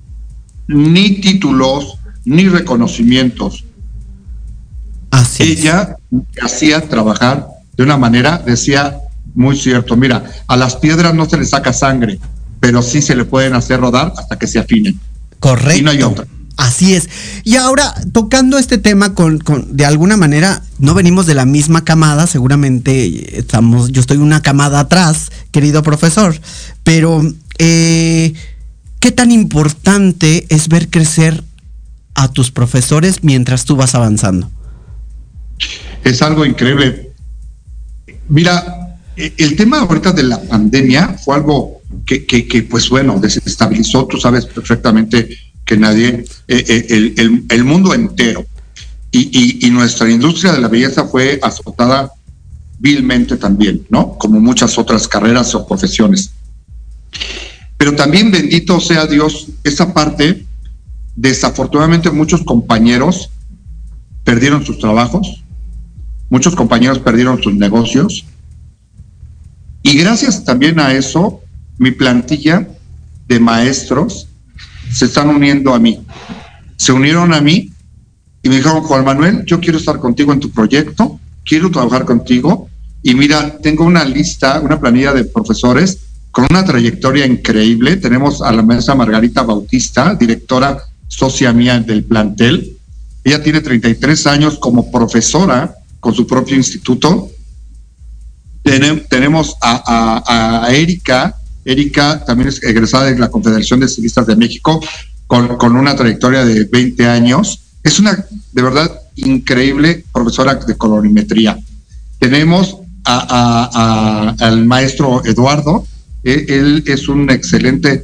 ni títulos, ni reconocimientos. Así ella hacía trabajar de una manera, decía, muy cierto, mira, a las piedras no se les saca sangre, pero sí se le pueden hacer rodar hasta que se afinen. Correcto. Y no hay otra. Así es. Y ahora, tocando este tema de alguna manera, no venimos de la misma camada, seguramente yo estoy una camada atrás, querido profesor, pero ¿qué tan importante es ver crecer a tus profesores mientras tú vas avanzando? Es algo increíble. Mira, el tema ahorita de la pandemia fue algo que pues bueno, desestabilizó, tú sabes perfectamente que nadie, el mundo entero y nuestra industria de la belleza fue azotada vilmente también, ¿no? Como muchas otras carreras o profesiones. Pero también, bendito sea Dios, esa parte, desafortunadamente muchos compañeros perdieron sus trabajos, muchos compañeros perdieron sus negocios, y gracias también a eso, mi plantilla de maestros se están uniendo a mí. Se unieron a mí y me dijeron, Juan Manuel, yo quiero estar contigo en tu proyecto, quiero trabajar contigo, y mira, tengo una lista, una planilla de profesores con una trayectoria increíble. Tenemos a la maestra Margarita Bautista, directora socia mía del plantel. Ella tiene 33 años como profesora con su propio instituto. Tenemos a Erika. Erika también es egresada de la Confederación de Estilistas de México con una trayectoria de 20 años. Es una, de verdad, increíble profesora de colorimetría. Tenemos al maestro Eduardo. Él es un excelente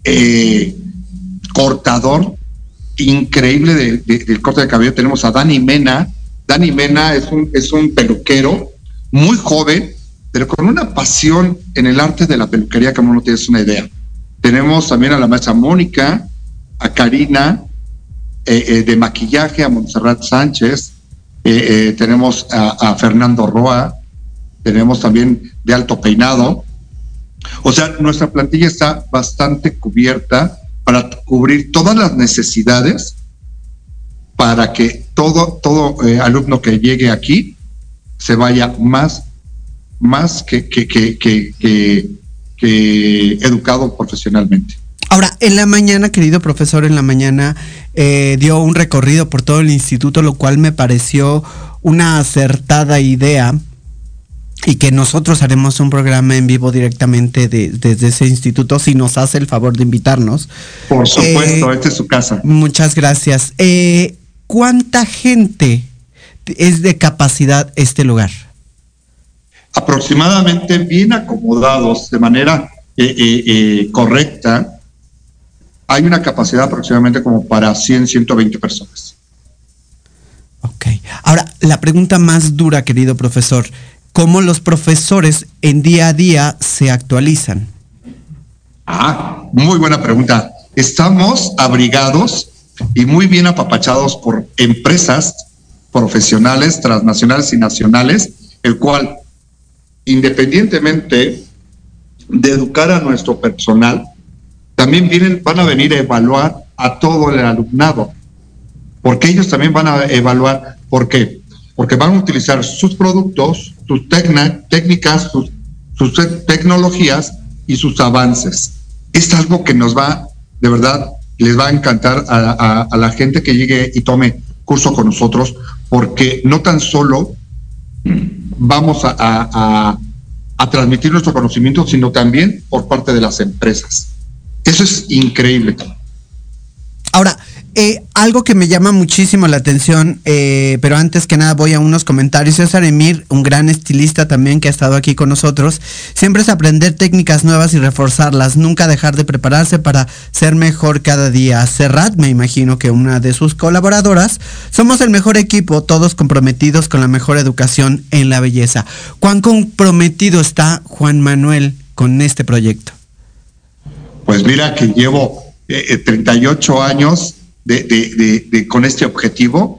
cortador, increíble del corte de cabello. Tenemos a Dani Mena. Dani Mena es un peluquero muy joven, pero con una pasión en el arte de la peluquería que no tienes una idea. Tenemos también a la maestra Mónica, a Karina, de maquillaje, a Montserrat Sánchez, tenemos a Fernando Roa, tenemos también de alto peinado. O sea, nuestra plantilla está bastante cubierta para cubrir todas las necesidades para que todo alumno que llegue aquí se vaya más que educado profesionalmente. Ahora, en la mañana, querido profesor, en la mañana dio un recorrido por todo el instituto, lo cual me pareció una acertada idea, y que nosotros haremos un programa en vivo directamente desde ese instituto, si nos hace el favor de invitarnos. Por supuesto, esta es su casa. Muchas gracias. ¿Cuánta gente es de capacidad este lugar? Aproximadamente, bien acomodados de manera correcta, hay una capacidad aproximadamente como para 120 personas. Ok. Ahora, la pregunta más dura, querido profesor: ¿cómo los profesores en día a día se actualizan? Muy buena pregunta. Estamos abrigados y muy bien apapachados por empresas profesionales, transnacionales y nacionales, el cual, independientemente de educar a nuestro personal, también van a venir a evaluar a todo el alumnado, porque ellos también van a evaluar. ¿Por qué? Porque van a utilizar sus productos, sus técnicas, sus tecnologías y sus avances. Es algo que nos va, de verdad, les va a encantar a la gente que llegue y tome curso con nosotros, porque no tan solo vamos a transmitir nuestro conocimiento, sino también por parte de las empresas. Eso es increíble. Ahora, algo que me llama muchísimo la atención, pero antes que nada voy a unos comentarios. César Emir, un gran estilista también que ha estado aquí con nosotros, siempre es aprender técnicas nuevas y reforzarlas, nunca dejar de prepararse para ser mejor cada día. Serrat, me imagino que una de sus colaboradoras, somos el mejor equipo, todos comprometidos con la mejor educación en la belleza. ¿Cuán comprometido está Juan Manuel con este proyecto? Pues mira que llevo 38 años con este objetivo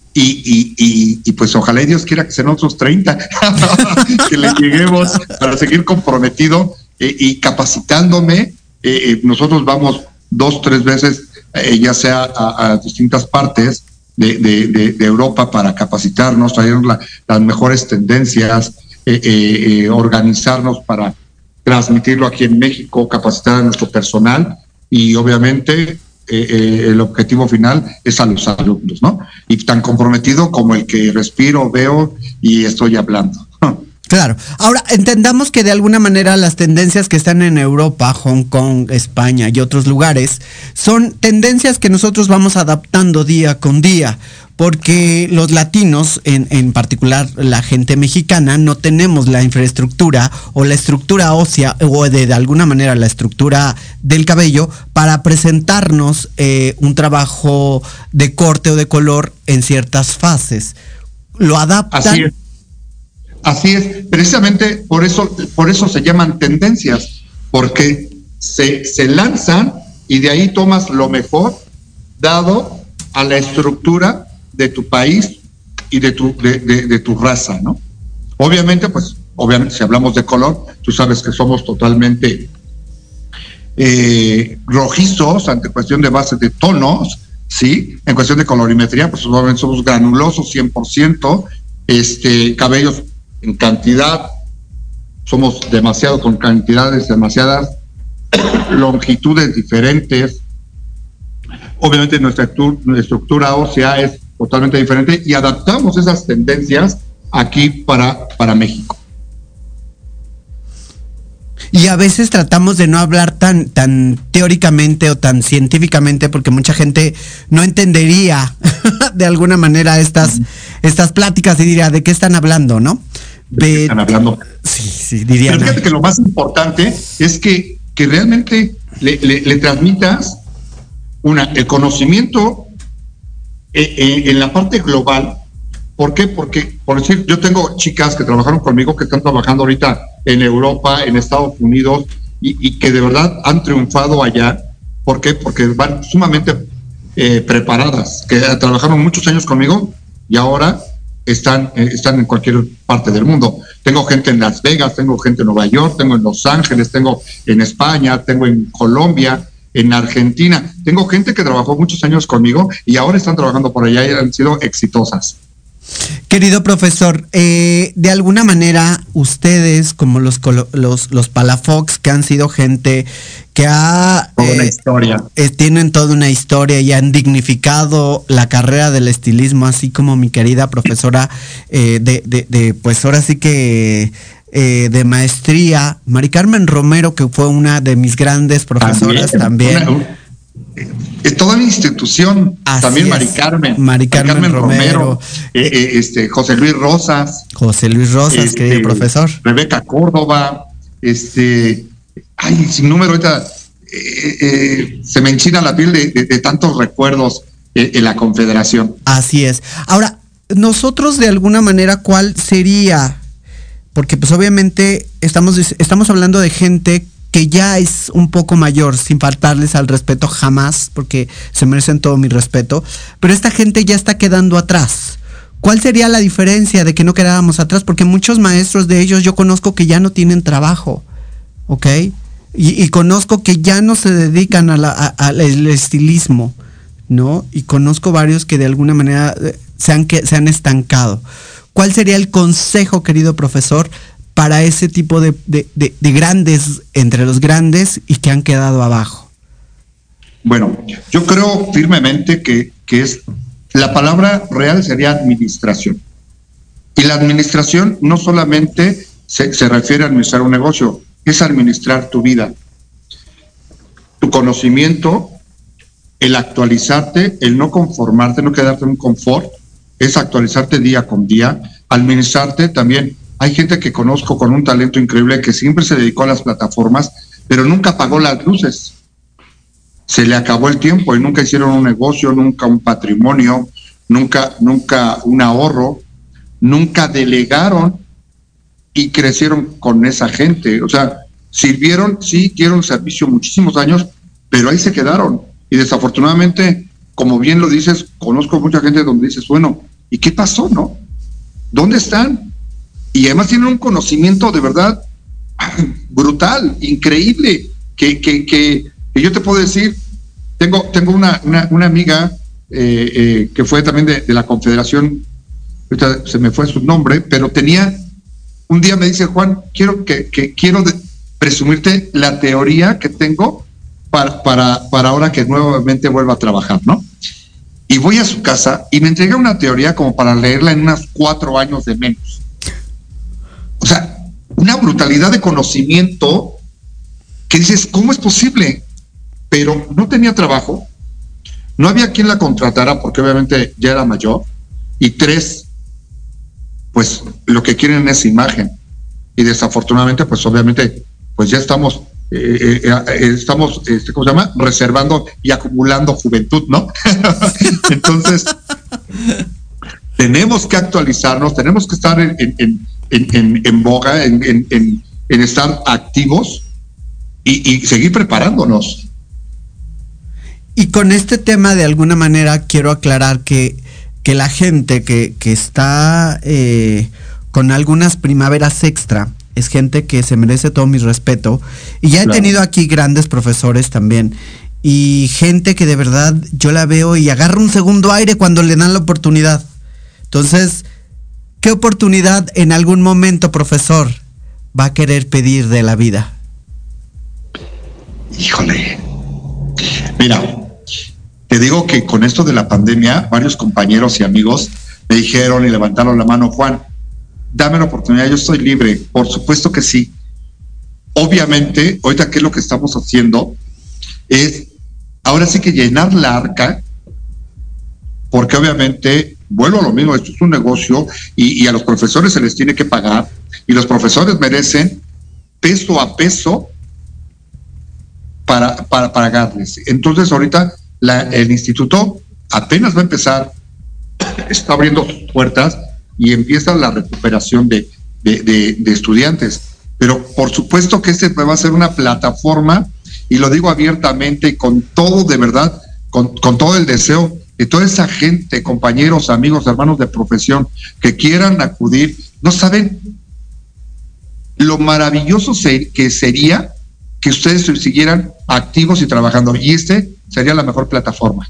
y pues ojalá y Dios quiera que sean otros 30 que le lleguemos para seguir comprometido y capacitándome. Nosotros vamos 2-3 veces ya sea a distintas partes de Europa para capacitarnos, traer las mejores tendencias, organizarnos para transmitirlo aquí en México, capacitar a nuestro personal y obviamente el objetivo final es a los alumnos, ¿no? Y tan comprometido como el que respiro, veo y estoy hablando. Claro. Ahora, entendamos que de alguna manera las tendencias que están en Europa, Hong Kong, España y otros lugares, son tendencias que nosotros vamos adaptando día con día, porque los latinos, en particular la gente mexicana, no tenemos la infraestructura o la estructura ósea o de alguna manera la estructura del cabello para presentarnos un trabajo de corte o de color en ciertas fases. Lo adaptan. Así es, precisamente por eso se llaman tendencias, porque se lanzan y de ahí tomas lo mejor dado a la estructura de tu país y de tu raza, ¿no? Obviamente si hablamos de color, tú sabes que somos totalmente rojizos ante cuestión de base de tonos, ¿sí? En cuestión de colorimetría, pues obviamente somos granulosos 100%, cabellos en cantidad, somos demasiado con cantidades, demasiadas longitudes diferentes. Obviamente nuestra estructura ósea es totalmente diferente y adaptamos esas tendencias aquí para México. Y a veces tratamos de no hablar tan teóricamente o tan científicamente porque mucha gente no entendería de alguna manera estas pláticas y diría, ¿de qué están hablando, no? ¿De qué están hablando? Sí, diría. Pero fíjate que lo más importante es que realmente le transmitas el conocimiento en la parte global. ¿Por qué? Porque, por decir, yo tengo chicas que trabajaron conmigo, que están trabajando ahorita en Europa, en Estados Unidos, y que de verdad han triunfado allá. ¿Por qué? Porque van sumamente preparadas, que trabajaron muchos años conmigo y ahora están en cualquier parte del mundo. Tengo gente en Las Vegas, tengo gente en Nueva York, tengo en Los Ángeles, tengo en España, tengo en Colombia, en Argentina. Tengo gente que trabajó muchos años conmigo y ahora están trabajando por allá y han sido exitosas. Querido profesor, de alguna manera ustedes como los Palafox, que han sido gente que una historia. Tienen toda una historia y han dignificado la carrera del estilismo, así como mi querida profesora pues ahora sí que de maestría, Mari Carmen Romero, que fue una de mis grandes profesoras también. Es toda una institución. Así también es. Mari Carmen Romero, José Luis Rosas, querido profesor, Rebeca Córdoba, sin número ahorita se me enchina la piel de tantos recuerdos en la Confederación. Así es. Ahora, nosotros de alguna manera, ¿cuál sería? Porque pues obviamente estamos hablando de gente que ya es un poco mayor, sin faltarles al respeto jamás, porque se merecen todo mi respeto, pero esta gente ya está quedando atrás. ¿Cuál sería la diferencia de que no quedáramos atrás? Porque muchos maestros de ellos yo conozco que ya no tienen trabajo, ¿ok? Y conozco que ya no se dedican al estilismo, ¿no? Y conozco varios que de alguna manera se han estancado. ¿Cuál sería el consejo, querido profesor, para ese tipo de grandes, entre los grandes y que han quedado abajo? Bueno, yo creo firmemente que es, la palabra real sería administración. Y la administración no solamente se refiere a administrar un negocio, es administrar tu vida, tu conocimiento, el actualizarte, el no conformarte, no quedarte en un confort, es actualizarte día con día, administrarte también. Hay gente que conozco con un talento increíble que siempre se dedicó a las plataformas, pero nunca apagó las luces. Se le acabó el tiempo y nunca hicieron un negocio, nunca un patrimonio, nunca un ahorro, nunca delegaron y crecieron con esa gente. O sea, sirvieron, sí, dieron servicio muchísimos años, pero ahí se quedaron. Y desafortunadamente, como bien lo dices, conozco mucha gente donde dices, bueno, ¿y qué pasó, no? ¿Dónde están? Y además tienen un conocimiento de verdad brutal, increíble, que yo te puedo decir, tengo una amiga que fue también de la Confederación, ahorita se me fue su nombre, pero un día me dice, Juan, quiero presumirte la teoría que tengo para ahora que nuevamente vuelva a trabajar, ¿no? Y voy a su casa y me entrega una teoría como para leerla en unos 4 años de menos. O sea, una brutalidad de conocimiento que dices, ¿cómo es posible? Pero no tenía trabajo, no había quien la contratara porque obviamente ya era mayor, y 3, pues lo que quieren es imagen, y desafortunadamente pues obviamente pues ya estamos ¿cómo se llama? Reservando y acumulando juventud, ¿no? Entonces tenemos que actualizarnos, tenemos que estar en boga, en estar activos y seguir preparándonos. Y con este tema, de alguna manera, quiero aclarar que la gente que está con algunas primaveras extra es gente que se merece todo mi respeto. Y ya he tenido aquí grandes profesores también. Y gente que de verdad yo la veo y agarra un segundo aire cuando le dan la oportunidad. Entonces, ¿qué oportunidad en algún momento, profesor, va a querer pedir de la vida? Híjole. Mira, te digo que con esto de la pandemia, varios compañeros y amigos me dijeron y levantaron la mano, Juan, dame la oportunidad, yo estoy libre. Por supuesto que sí. Obviamente, ahorita qué es lo que estamos haciendo es, ahora sí que llenar la arca, porque obviamente, vuelvo a lo mismo, esto es un negocio y a los profesores se les tiene que pagar y los profesores merecen peso a peso para pagarles. Entonces ahorita el instituto apenas va a empezar, está abriendo puertas y empieza la recuperación de estudiantes. Pero por supuesto que este va a ser una plataforma, y lo digo abiertamente y con todo, de verdad, con todo el deseo de toda esa gente, compañeros, amigos, hermanos de profesión que quieran acudir. No saben lo maravilloso que sería que ustedes siguieran activos y trabajando, y sería la mejor plataforma.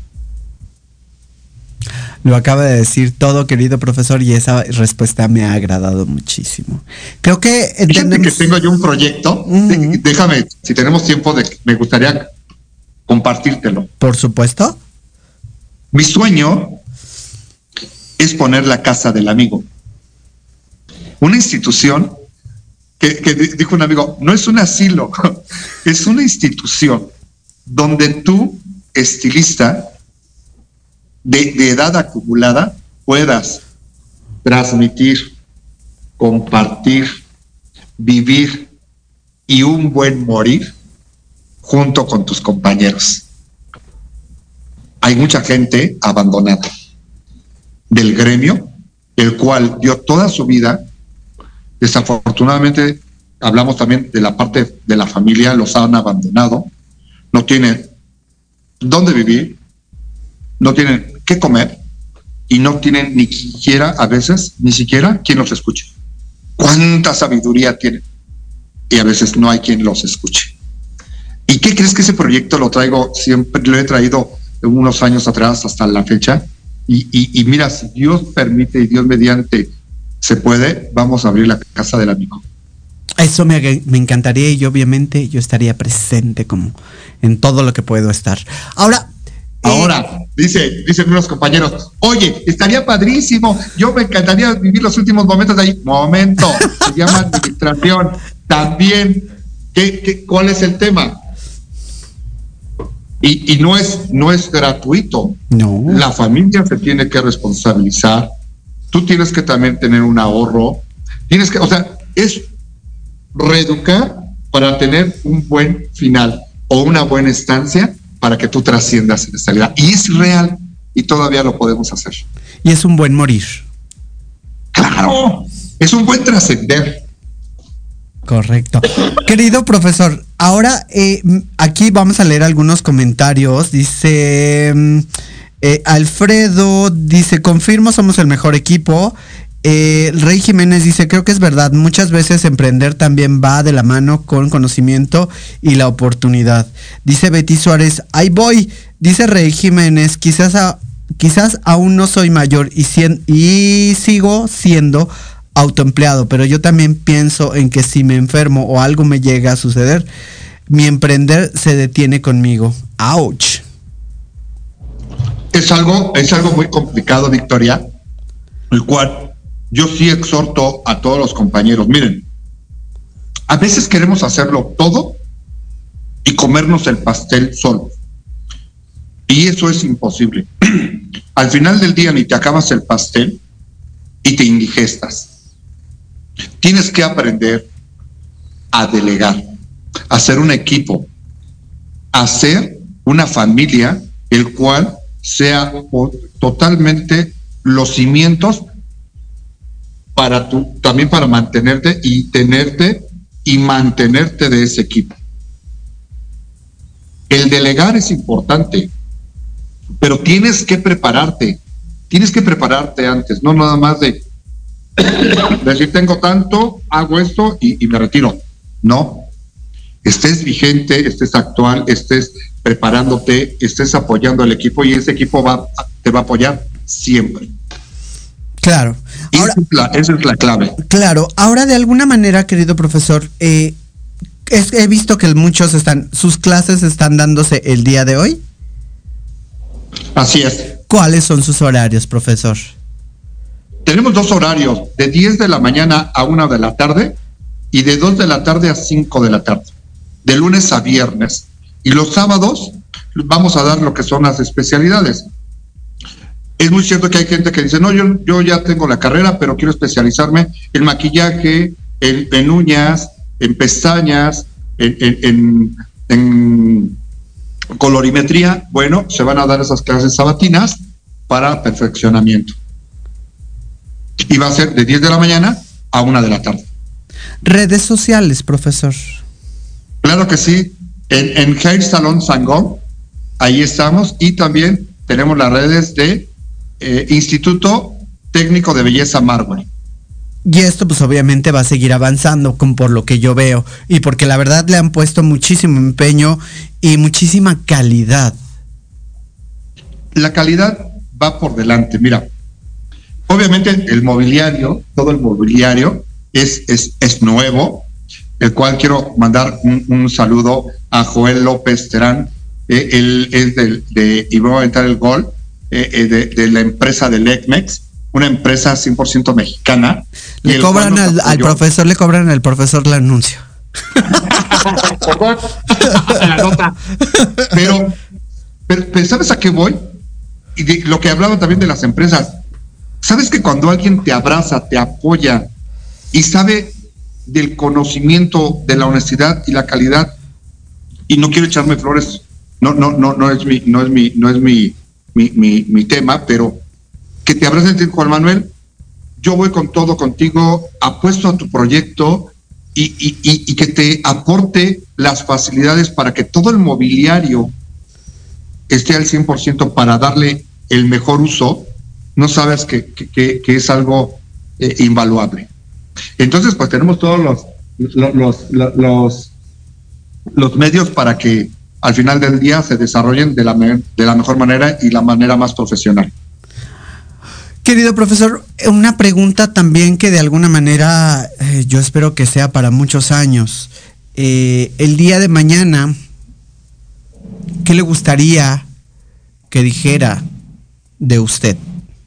Lo acaba de decir todo, querido profesor, y esa respuesta me ha agradado muchísimo. Creo que fíjate que tengo yo un proyecto. Déjame, si tenemos tiempo, me gustaría compartírtelo. Por supuesto. Mi sueño es poner la Casa del Amigo, una institución que dijo un amigo, no es un asilo, es una institución donde tú, estilista de edad acumulada, puedas transmitir, compartir, vivir y un buen morir junto con tus compañeros. Hay mucha gente abandonada del gremio, el cual dio toda su vida. Desafortunadamente, hablamos también de la parte de la familia, los han abandonado, no tienen dónde vivir, no tienen qué comer y no tienen ni siquiera, a veces, ni siquiera quien los escuche. ¿Cuánta sabiduría tienen? Y a veces no hay quien los escuche. ¿Y qué crees que ese proyecto lo traigo? Siempre lo he traído unos años atrás hasta la fecha. Y mira, si Dios permite y Dios mediante se puede, vamos a abrir la Casa del Amigo. Eso me encantaría y obviamente yo estaría presente como en todo lo que puedo estar. Ahora, dicen unos compañeros, oye, estaría padrísimo, yo me encantaría vivir los últimos momentos de ahí. Momento, se llama administración. También, ¿cuál es el tema? Y no es gratuito. No. La familia se tiene que responsabilizar. Tú tienes que también tener un ahorro. Es reeducar para tener un buen final o una buena estancia para que tú trasciendas en esta vida. Y es real y todavía lo podemos hacer. Y es un buen morir. Claro, es un buen trascender. Correcto. Querido profesor, ahora aquí vamos a leer algunos comentarios. Dice Alfredo, dice, confirmo, somos el mejor equipo. Rey Jiménez dice, creo que es verdad, muchas veces emprender también va de la mano con conocimiento y la oportunidad. Dice Betty Suárez, ahí voy. Dice Rey Jiménez, quizás aún no soy mayor y sigo siendo autoempleado, pero yo también pienso en que si me enfermo o algo me llega a suceder, mi emprender se detiene conmigo. ¡Auch! Es algo muy complicado, Victoria, el cual yo sí exhorto a todos los compañeros. Miren, a veces queremos hacerlo todo y comernos el pastel solo. Y eso es imposible. Al final del día ni te acabas el pastel y te indigestas. Tienes que aprender a delegar, a hacer un equipo, a hacer una familia, el cual sea totalmente los cimientos también para mantenerte y tenerte y mantenerte de ese equipo. El delegar es importante, pero tienes que prepararte antes, no nada más de decir tengo tanto, hago esto y me retiro. No, estés vigente, estés actual, estés preparándote, estés apoyando al equipo y ese equipo te va a apoyar siempre. Claro. Ahora, esa es la clave. Claro. Ahora, de alguna manera, querido profesor, he visto que sus clases están dándose el día de hoy. Así es. ¿Cuáles son sus horarios, profesor? Tenemos 2 horarios, de 10 de la mañana a 1 de la tarde y de 2 de la tarde a 5 de la tarde, de lunes a viernes. Y los sábados vamos a dar lo que son las especialidades. Es muy cierto que hay gente que dice, no, yo ya tengo la carrera, pero quiero especializarme en maquillaje, en uñas, en pestañas, en colorimetría. Bueno, se van a dar esas clases sabatinas para perfeccionamiento. Y va a ser de 10 de la mañana a 1 de la tarde. Redes sociales, profesor. Claro que sí. En Hair Salon Sangón, ahí estamos. Y también tenemos las redes de Instituto Técnico de Belleza Marbury. Y esto pues obviamente va a seguir avanzando por lo que yo veo y porque la verdad le han puesto muchísimo empeño y muchísima calidad. La calidad va por delante. Mira, obviamente todo el mobiliario es nuevo, el cual quiero mandar un saludo a Joel López Terán. Él es y voy a aventar el gol, de la empresa del ECMEX, una empresa 100% mexicana. Le cobran al profesor, el anuncio. La nota. Pero ¿sabes a qué voy? Y de lo que hablaban también de las empresas. ¿Sabes que cuando alguien te abraza, te apoya y sabe del conocimiento, de la honestidad y la calidad, y no quiero echarme flores, no es mi tema, pero que te abracen y te digan, Juan Manuel, yo voy con todo contigo, apuesto a tu proyecto y que te aporte las facilidades para que todo el mobiliario esté al 100% para darle el mejor uso. No sabes que es algo invaluable. Entonces, pues tenemos todos los medios para que al final del día se desarrollen de la mejor manera y la manera más profesional. Querido profesor, una pregunta también que de alguna manera yo espero que sea para muchos años. El día de mañana, ¿qué le gustaría que dijera de usted?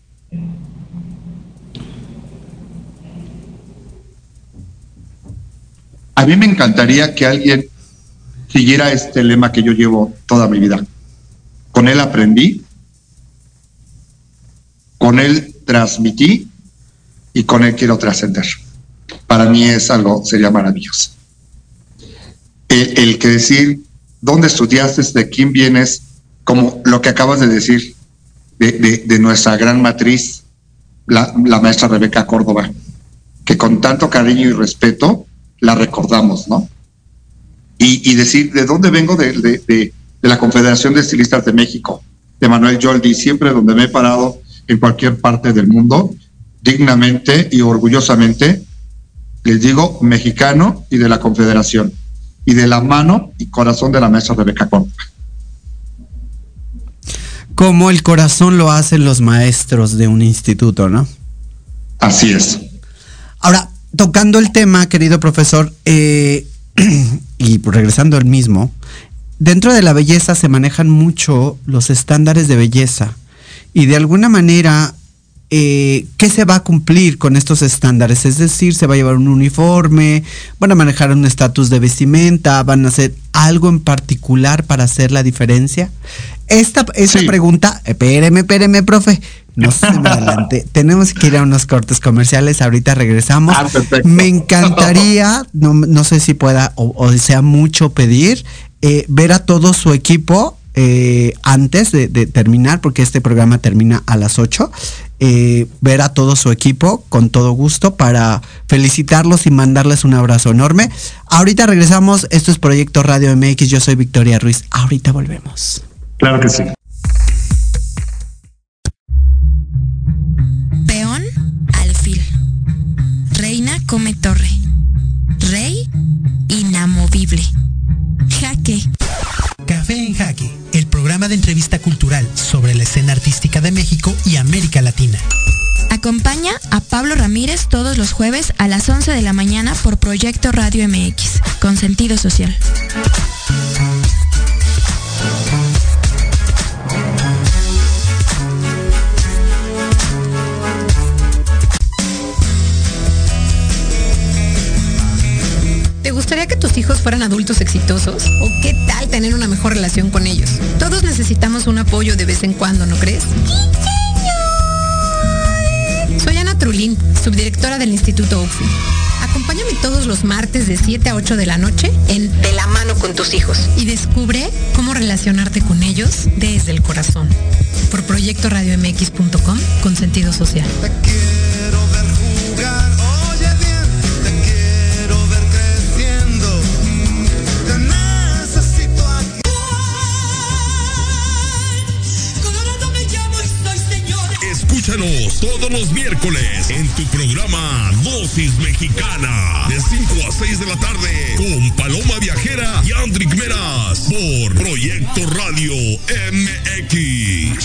A mí me encantaría que alguien siguiera este lema que yo llevo toda mi vida. Con él aprendí, con él transmití y con él quiero trascender. Para mí sería maravilloso. El que decir dónde estudiaste, de quién vienes, como lo que acabas de decir de nuestra gran matriz, la maestra Rebeca Córdoba, que con tanto cariño y respeto la recordamos, ¿no? Y decir de dónde vengo, de la Confederación de Estilistas de México, de Manuel Yoldi, siempre donde me he parado en cualquier parte del mundo, dignamente y orgullosamente, les digo mexicano y de la Confederación, y de la mano y corazón de la maestra Rebeca Córdoba. Como el corazón lo hacen los maestros de un instituto, ¿no? Así es. Ahora, tocando el tema, querido profesor, y regresando al mismo, dentro de la belleza se manejan mucho los estándares de belleza y de alguna manera, ¿qué se va a cumplir con estos estándares? Es decir, ¿se va a llevar un uniforme? ¿Van a manejar un estatus de vestimenta? ¿Van a hacer algo en particular para hacer la diferencia? Esta sí. Pregunta, espéreme, profe. No se me adelante. Tenemos que ir a unos cortes comerciales. Ahorita regresamos. Me encantaría, no sé si pueda o sea mucho pedir, ver a todo su equipo antes de terminar, porque este programa termina a las 8. Ver a todo su equipo con todo gusto para felicitarlos y mandarles un abrazo enorme. Ahorita regresamos. Esto es Proyecto Radio MX. Yo soy Victoria Ruiz. Ahorita volvemos. Claro que sí. Peón, alfil. Reina come torre. Rey, inamovible. Jaque. Café en Jaque, el programa de entrevista cultural sobre la escena artística de México y América Latina. Acompaña a Pablo Ramírez todos los jueves a las 11 de la mañana por Proyecto Radio MX, con sentido social. ¿Te gustaría que tus hijos fueran adultos exitosos? ¿O qué tal tener una mejor relación con ellos? Todos necesitamos un apoyo de vez en cuando, ¿no crees? Soy Ana Trulín, subdirectora del Instituto UCFI. Acompáñame todos los martes de 7 a 8 de la noche en De la mano con tus hijos y descubre cómo relacionarte con ellos desde el corazón. Por proyectoradiomx.com con sentido social. Te quiero ver jugar, oye bien, te quiero ver creciendo. Te necesito aquí. Colorado me llamo y soy señor. Escúchanos todos los miércoles en tu programa Dosis Mexicana de 5 a 6 de la tarde con Paloma Viajera y Andrick Meras por Proyecto Radio MX.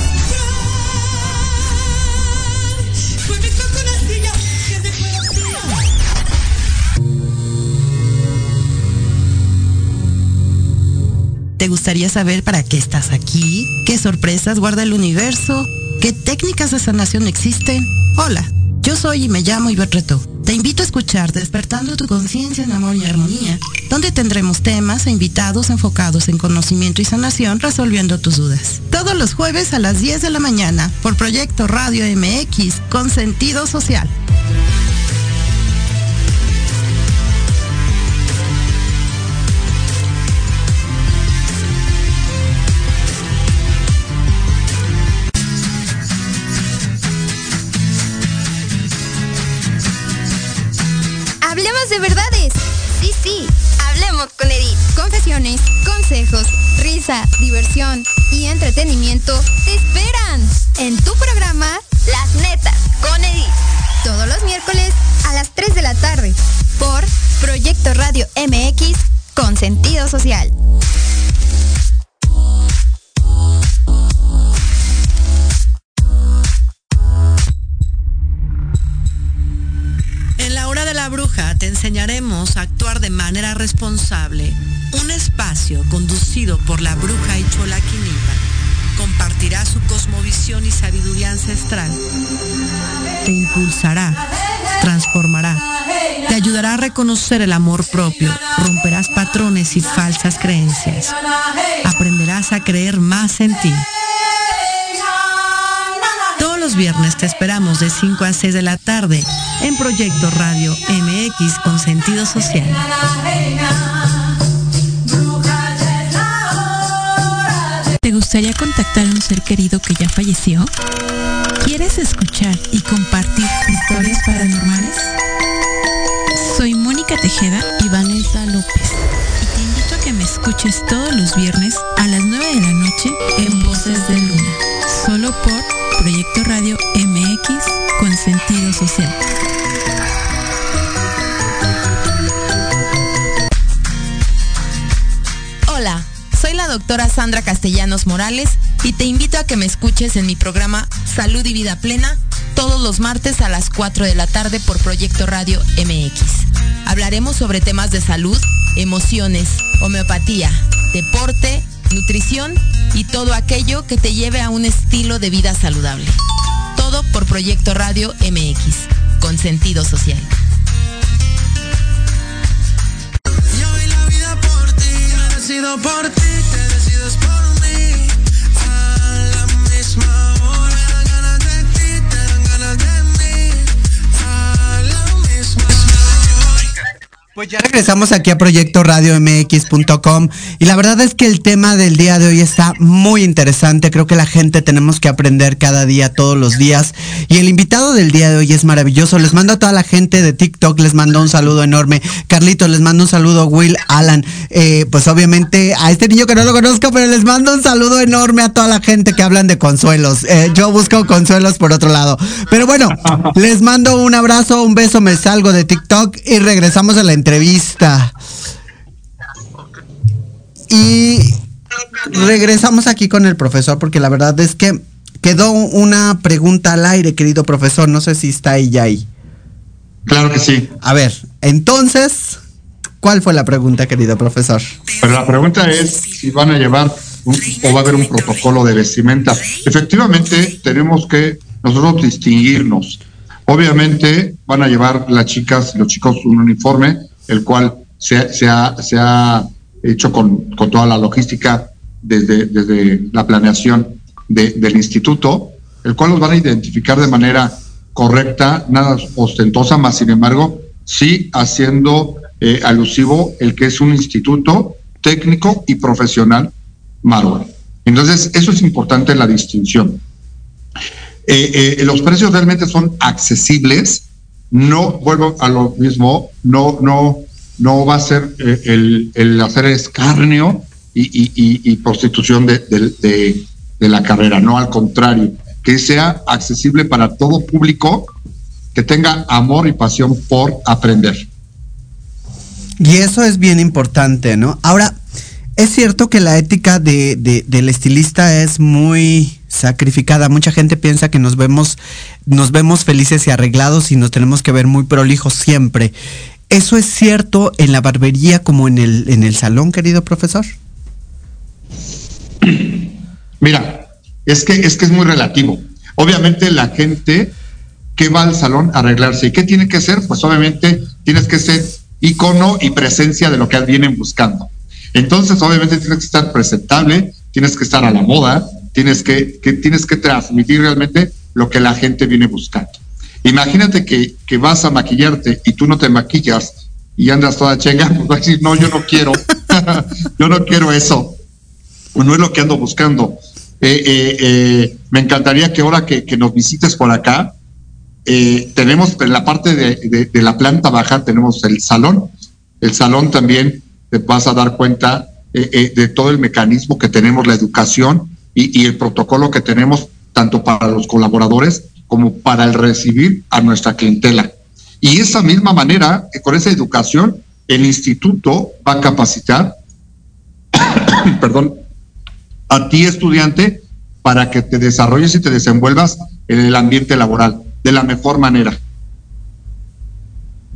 ¿Te gustaría saber para qué estás aquí? ¿Qué sorpresas guarda el universo? ¿Qué técnicas de sanación existen? Hola, yo soy y me llamo Ivette Retó. Te invito a escuchar Despertando tu conciencia en amor y armonía, donde tendremos temas e invitados enfocados en conocimiento y sanación resolviendo tus dudas. Todos los jueves a las 10 de la mañana por Proyecto Radio MX con sentido social. Hablemos de verdades. Sí, hablemos con Edith. Confesiones, consejos, risa, diversión y entretenimiento te esperan en tu programa Las Netas con Edith. Todos los miércoles a las 3 de la tarde por Proyecto Radio MX con sentido social. Bruja te enseñaremos a actuar de manera responsable. Un espacio conducido por la bruja Ichola Quinipa. Compartirá su cosmovisión y sabiduría ancestral. Te impulsará, transformará. Te ayudará a reconocer el amor propio. Romperás patrones y falsas creencias. Aprenderás a creer más en ti. Todos los viernes te esperamos de 5 a 6 de la tarde en Proyecto Radio MX con sentido social. ¿Te gustaría contactar a un ser querido que ya falleció? ¿Quieres escuchar y compartir historias paranormales? Soy Mónica Tejeda y Vanessa López y te invito a que me escuches todos los viernes a las 9 de la noche en Voces de Luna, solo por Proyecto Radio MX con sentido social. Hola, soy la doctora Sandra Castellanos Morales y te invito a que me escuches en mi programa Salud y Vida Plena todos los martes a las 4 de la tarde por Proyecto Radio MX. Hablaremos sobre temas de salud, emociones, homeopatía, deporte, nutrición y todo aquello que te lleve a un estilo de vida saludable. Todo por Proyecto Radio MX, con sentido social. Yo vi la vida por ti, me decido por ti, te decides por mí. A la misma hora, me dan ganas de ti, te dan ganas de mí. A la misma hora. Pues ya regresamos aquí a Proyecto Radio MX.com y la verdad es que el tema del día de hoy está muy interesante. Creo que la gente tenemos que aprender cada día, todos los días, y el invitado del día de hoy es maravilloso. Les mando a toda la gente de TikTok, les mando un saludo enorme. Carlitos, les mando un saludo. Will, Alan, pues obviamente a este niño que no lo conozco, pero les mando un saludo enorme a toda la gente que hablan de consuelos. Yo busco consuelos por otro lado, pero bueno, les mando un abrazo, un beso, me salgo de TikTok y regresamos a la entrevista. Y regresamos aquí con el profesor porque la verdad es que quedó una pregunta al aire, querido profesor. No sé si está ella ahí. Claro que sí. A ver, entonces, ¿cuál fue la pregunta, querido profesor? Pero la pregunta es si van a llevar o va a haber un protocolo de vestimenta. Efectivamente, tenemos que nosotros distinguirnos. Obviamente van a llevar las chicas y los chicos un uniforme, el cual se ha hecho con toda la logística desde la planeación del instituto, el cual los van a identificar de manera correcta, nada ostentosa, más sin embargo, sí haciendo alusivo el que es un instituto técnico y profesional Marvel. Entonces, eso es importante, la distinción. Los precios realmente son accesibles. No vuelvo a lo mismo, no va a ser el hacer escarnio y prostitución de la carrera, no, al contrario, que sea accesible para todo público que tenga amor y pasión por aprender. Y eso es bien importante, ¿no? Ahora, es cierto que la ética del estilista es muy sacrificada. Mucha gente piensa que nos vemos felices y arreglados y nos tenemos que ver muy prolijos siempre. ¿Eso es cierto en la barbería como en el salón, querido profesor? Mira, es que es muy relativo. Obviamente la gente que va al salón a arreglarse, ¿y qué tiene que ser? Pues obviamente tienes que ser icono y presencia de lo que vienen buscando. Entonces, obviamente tienes que estar presentable, tienes que estar a la moda, tienes que transmitir realmente lo que la gente viene buscando. Imagínate que vas a maquillarte y tú no te maquillas y andas toda chenga, pues vas a decir, no, yo no quiero, yo no quiero eso, no es lo que ando buscando. Me encantaría que ahora que nos visites por acá, tenemos en la parte de la planta baja, tenemos el salón también te vas a dar cuenta de todo el mecanismo que tenemos, la educación y el protocolo que tenemos tanto para los colaboradores como para el recibir a nuestra clientela. Y esa misma manera, con esa educación, el instituto va a capacitar perdón, a ti, estudiante, para que te desarrolles y te desenvuelvas en el ambiente laboral de la mejor manera.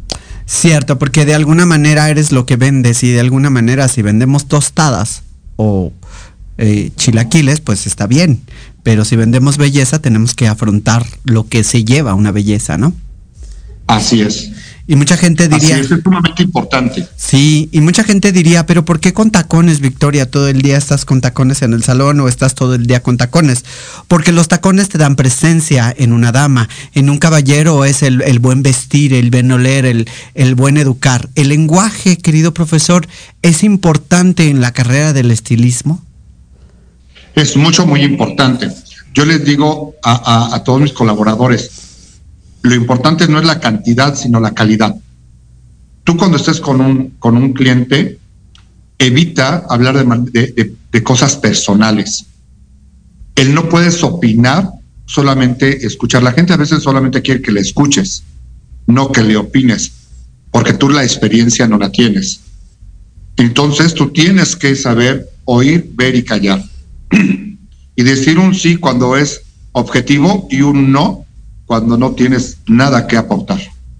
Cierto, porque de alguna manera eres lo que vendes, y de alguna manera si vendemos tostadas o chilaquiles, pues está bien, pero si vendemos belleza tenemos que afrontar lo que se lleva una belleza, ¿no? Así es. Y mucha gente diría... Así es sumamente importante. Sí, y mucha gente diría, pero ¿por qué con tacones, Victoria? ¿Todo el día estás con tacones en el salón o estás todo el día con tacones? Porque los tacones te dan presencia en una dama. En un caballero es el buen vestir, el buen oler, el buen educar. ¿El lenguaje, querido profesor, es importante en la carrera del estilismo? Es muy importante. Yo les digo a todos mis colaboradores, lo importante no es la cantidad, sino la calidad. Tú cuando estés con un cliente, evita hablar de cosas personales. Él no puedes opinar, solamente escuchar. La gente a veces solamente quiere que le escuches, no que le opines, porque tú la experiencia no la tienes. Entonces tú tienes que saber oír, ver y callar. Y decir un sí cuando es objetivo y un no cuando no tienes nada que aportar.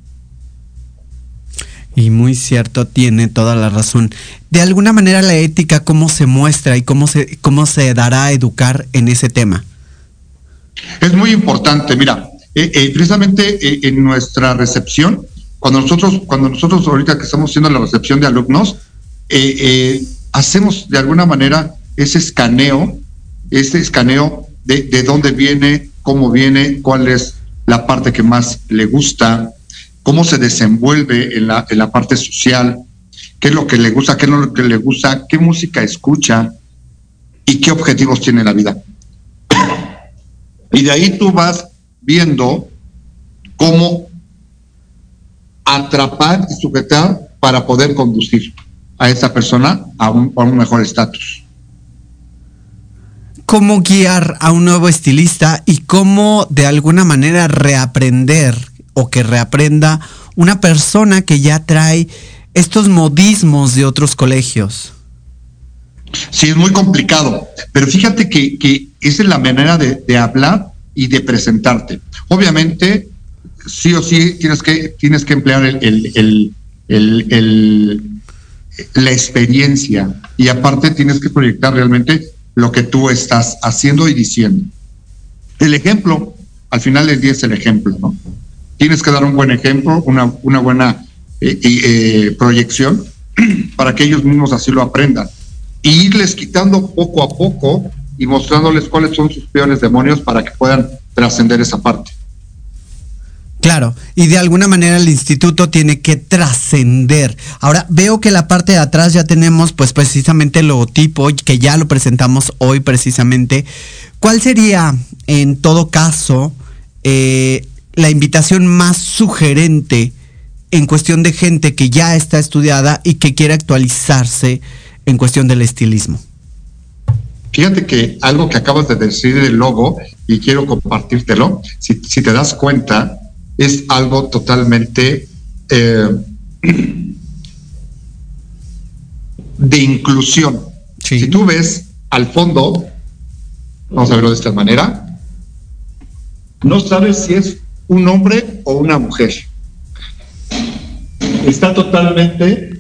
Y muy cierto, tiene toda la razón. De alguna manera la ética, ¿cómo se muestra y cómo se dará a educar en ese tema? Es muy importante, mira, precisamente en nuestra recepción, cuando nosotros ahorita que estamos haciendo la recepción de alumnos, hacemos de alguna manera ese escaneo de dónde viene, cómo viene, cuál es la parte que más le gusta, cómo se desenvuelve en la parte social, qué es lo que le gusta, qué no es lo que le gusta, qué música escucha y qué objetivos tiene en la vida. Y de ahí tú vas viendo cómo atrapar y sujetar para poder conducir a esa persona a un mejor estatus. ¿Cómo guiar a un nuevo estilista y cómo de alguna manera reaprender o que reaprenda una persona que ya trae estos modismos de otros colegios? Sí, es muy complicado, pero fíjate que esa es la manera de hablar y de presentarte. Obviamente, sí o sí tienes que emplear la experiencia, y aparte tienes que proyectar realmente lo que tú estás haciendo y diciendo. El ejemplo, al final del día es el ejemplo, ¿no? Tienes que dar un buen ejemplo, una buena proyección para que ellos mismos así lo aprendan. Y irles quitando poco a poco y mostrándoles cuáles son sus peores demonios para que puedan trascender esa parte. Claro, y de alguna manera el instituto tiene que trascender. Ahora veo que la parte de atrás ya tenemos pues precisamente el logotipo, que ya lo presentamos hoy precisamente. ¿Cuál sería en todo caso la invitación más sugerente en cuestión de gente que ya está estudiada y que quiere actualizarse en cuestión del estilismo? Fíjate que algo que acabas de decir del logo, y quiero compartírtelo, si te das cuenta, es algo totalmente de inclusión. Sí. Si tú ves al fondo, vamos a verlo de esta manera, no sabes si es un hombre o una mujer. Está totalmente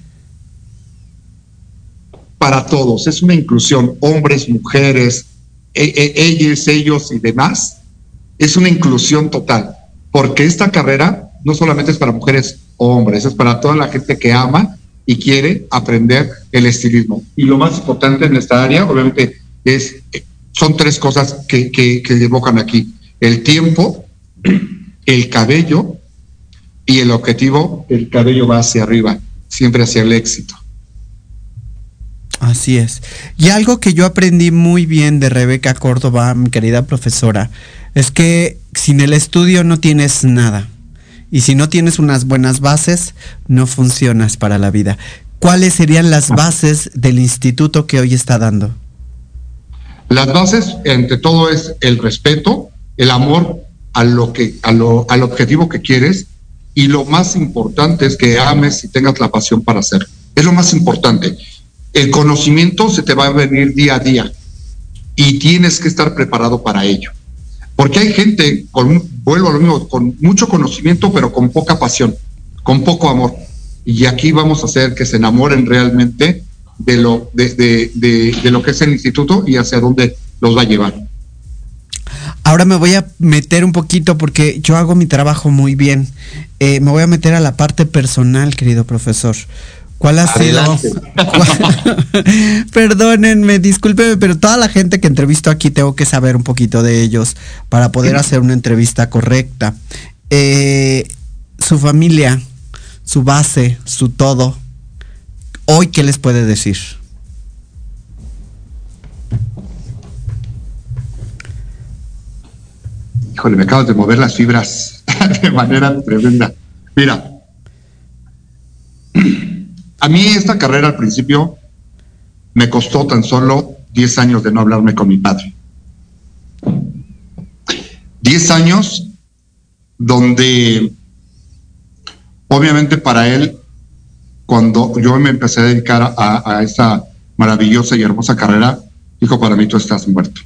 para todos, es una inclusión, hombres, mujeres, ellos, ellos y demás, es una inclusión total. Porque esta carrera no solamente es para mujeres o hombres, es para toda la gente que ama y quiere aprender el estilismo. Y lo más importante en esta área, obviamente, son tres cosas que evocan aquí: el tiempo, el cabello y el objetivo. El cabello va hacia arriba, siempre hacia el éxito. Así es. Y algo que yo aprendí muy bien de Rebeca Córdoba, mi querida profesora, es que sin el estudio no tienes nada. Y si no tienes unas buenas bases, no funcionas para la vida. ¿Cuáles serían las bases del instituto que hoy está dando? Las bases, entre todo, es el respeto, el amor al objetivo que quieres, y lo más importante es que ames y tengas la pasión para hacerlo. Es lo más importante. El conocimiento se te va a venir día a día y tienes que estar preparado para ello. Porque hay gente, vuelvo a lo mismo, con mucho conocimiento, pero con poca pasión, con poco amor. y aquí vamos a hacer que se enamoren realmente de lo que es el instituto y hacia dónde los va a llevar. Ahora me voy a meter un poquito porque yo hago mi trabajo muy bien. Me voy a meter a la parte personal, querido profesor. ¿Cuál ha sido? Perdónenme, discúlpenme, pero toda la gente que entrevisto aquí tengo que saber un poquito de ellos para poder hacer una entrevista correcta. Su familia, su base, su todo. Hoy, ¿qué les puede decir? Híjole, me acabas de mover las fibras de manera tremenda. Mira, a mí esta carrera al principio me costó tan solo 10 años de no hablarme con mi padre. 10 años donde obviamente para él, cuando yo me empecé a dedicar a esta maravillosa y hermosa carrera, dijo, para mí tú estás muerto.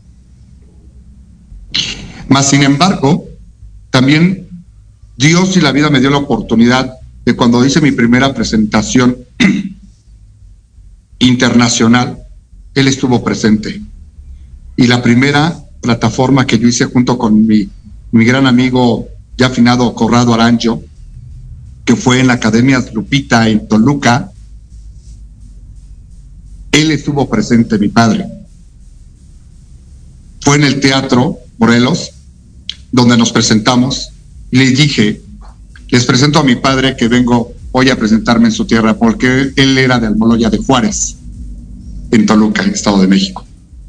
Mas, sin embargo, también Dios y la vida me dio la oportunidad de cuando hice mi primera presentación internacional, Él estuvo presente. Y la primera plataforma que yo hice junto con mi gran amigo ya afinado Corrado Aranjo, que fue en la Academia Lupita en Toluca, Él estuvo presente, mi padre. Fue en el Teatro Morelos, donde nos presentamos, y les dije, les presento a mi padre que vengo hoy a presentarme en su tierra, porque él era de Almoloya de Juárez, en Toluca, en Estado de México.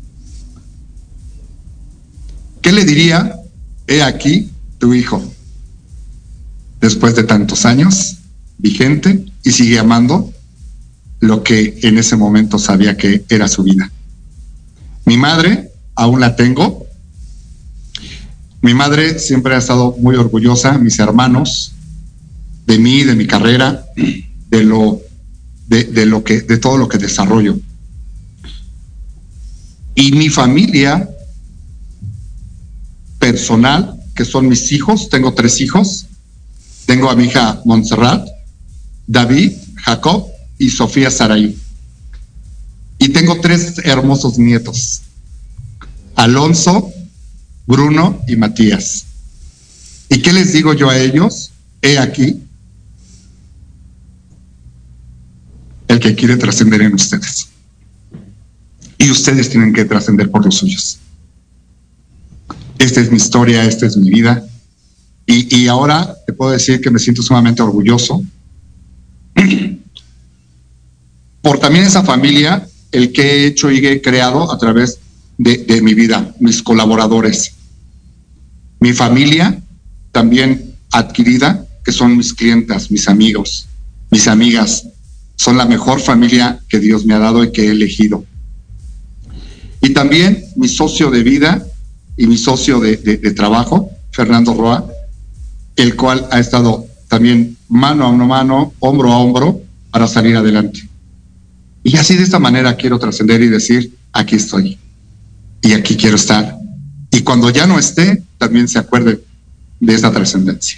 ¿Qué le diría? He aquí tu hijo, después de tantos años, vigente, y sigue amando lo que en ese momento sabía que era su vida. Mi madre, aún la tengo. Mi madre siempre ha estado muy orgullosa, mis hermanos, de mí, de mi carrera, de todo lo que desarrollo. Y mi familia personal, que son mis hijos, tengo 3 hijos. Tengo a mi hija Montserrat, David, Jacob y Sofía Saraí. Y tengo 3 hermosos nietos, Alonso, Bruno y Matías. ¿Y qué les digo yo a ellos? He aquí el que quiere trascender en ustedes. Y ustedes tienen que trascender por los suyos. Esta es mi historia, esta es mi vida. Y ahora te puedo decir que me siento sumamente orgulloso por también esa familia, el que he hecho y he creado a través de mi vida, mis colaboradores. Mi familia también adquirida, que son mis clientas, mis amigos, mis amigas, son la mejor familia que Dios me ha dado y que he elegido. Y también mi socio de vida y mi socio de trabajo, Fernando Roa, el cual ha estado también mano a mano, hombro a hombro, para salir adelante. Y así de esta manera quiero trascender y decir, aquí estoy, y aquí quiero estar. Y cuando ya no esté, también se acuerde de esta trascendencia.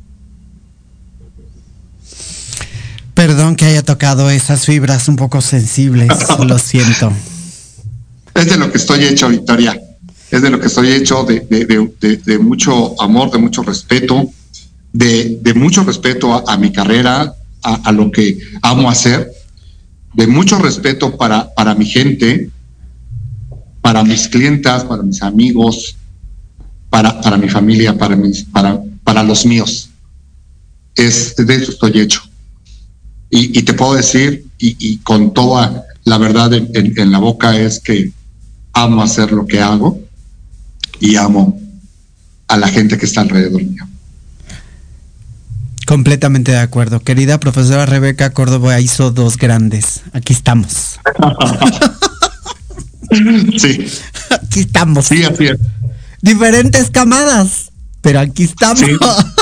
Perdón que haya tocado esas fibras un poco sensibles, lo siento. Es de lo que estoy hecho, Victoria. Es de lo que estoy hecho, de mucho amor, de mucho respeto, de mucho respeto a mi carrera, a lo que amo hacer, de mucho respeto para mi gente, para mis clientas, para mis amigos, para mi familia, para los míos. De eso estoy hecho. Y te puedo decir, y con toda la verdad en la boca, es que amo hacer lo que hago y amo a la gente que está alrededor mío. Completamente de acuerdo. Querida profesora Rebeca Córdoba hizo 2 grandes. Aquí estamos. Sí. Aquí estamos. Sí, así es. Diferentes camadas, pero aquí estamos. Sí.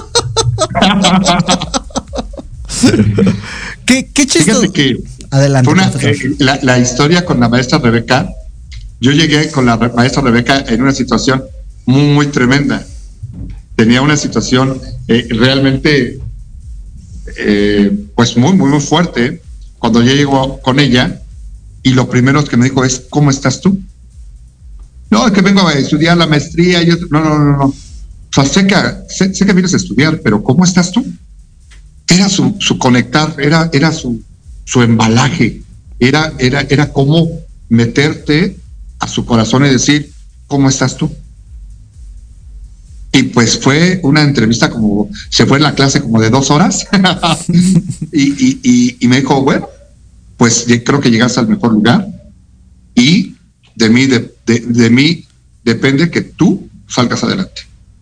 ¿Qué chistoso? Fíjate que adelante. La historia con la maestra Rebeca, yo llegué con la maestra Rebeca en una situación muy, muy tremenda. Tenía una situación realmente pues muy, muy, muy fuerte cuando yo llego con ella y lo primero que me dijo es, ¿cómo estás tú? No, es que vengo a estudiar la maestría. No. O sea, sé que vienes a estudiar, pero ¿cómo estás tú? Era su conectar, era su embalaje, era cómo meterte a su corazón y decir, ¿cómo estás tú? Y pues fue una entrevista como, se fue en la clase como de 2 horas y me dijo, bueno, pues creo que llegaste al mejor lugar y de mí depende que tú salgas adelante.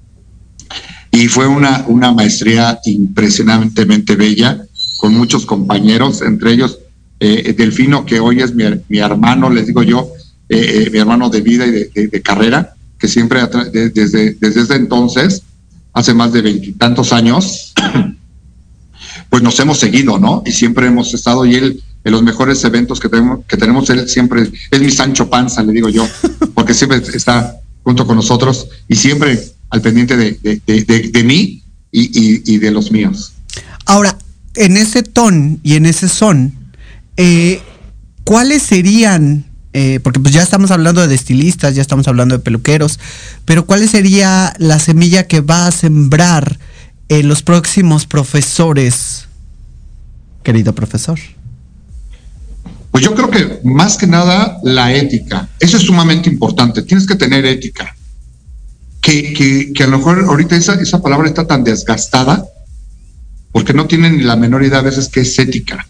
Y fue una maestría impresionantemente bella, con muchos compañeros, entre ellos Delfino, que hoy es mi hermano, les digo yo, mi hermano de vida y de carrera, que siempre desde ese entonces, hace más de 20 y tantos años, pues nos hemos seguido, ¿no? Y siempre hemos estado, y él, en los mejores eventos que tenemos, él siempre es mi Sancho Panza, le digo yo, porque siempre está junto con nosotros y siempre al pendiente de mí y de los míos. Ahora, en ese ton y en ese son, ¿cuáles serían, porque pues ya estamos hablando de estilistas, ya estamos hablando de peluqueros, pero cuál sería la semilla que va a sembrar los próximos profesores, querido profesor? Pues yo creo que más que nada la ética, eso es sumamente importante, tienes que tener ética, que a lo mejor ahorita esa palabra está tan desgastada, porque no tienen ni la menor idea a veces qué es ética.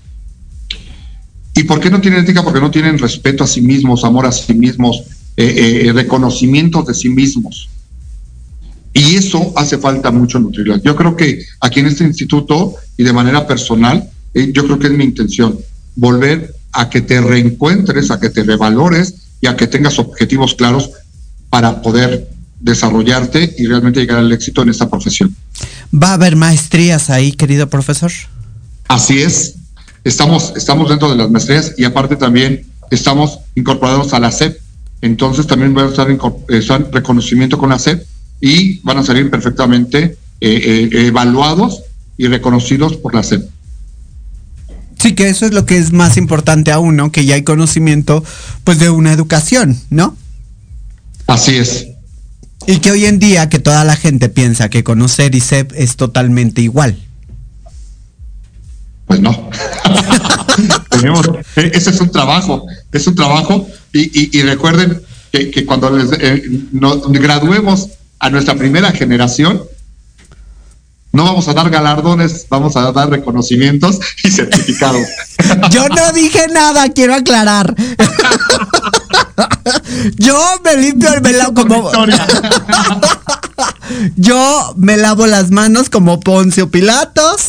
¿Y por qué no tienen ética? Porque no tienen respeto a sí mismos, amor a sí mismos, reconocimiento de sí mismos. Y eso hace falta mucho en Nutrilite. Yo creo que aquí en este instituto y de manera personal, yo creo que es mi intención, volver a que te reencuentres, a que te revalores y a que tengas objetivos claros para poder desarrollarte y realmente llegar al éxito en esta profesión. ¿Va a haber maestrías ahí, querido profesor? Así es. Estamos dentro de las maestrías y aparte también estamos incorporados a la SEP. Entonces también va a estar en reconocimiento con la SEP y van a salir perfectamente evaluados y reconocidos por la SEP. Sí, que eso es lo que es más importante aún, ¿no? Que ya hay conocimiento, pues, de una educación, ¿no? Así es. Y que hoy en día que toda la gente piensa que conocer y SEP es totalmente igual. Pues no. Ese es un trabajo y recuerden que cuando nos graduemos a nuestra primera generación, no vamos a dar galardones, vamos a dar reconocimientos y certificados. Yo no dije nada, quiero aclarar. Yo me limpio el melado como... Yo me lavo las manos como Poncio Pilatos.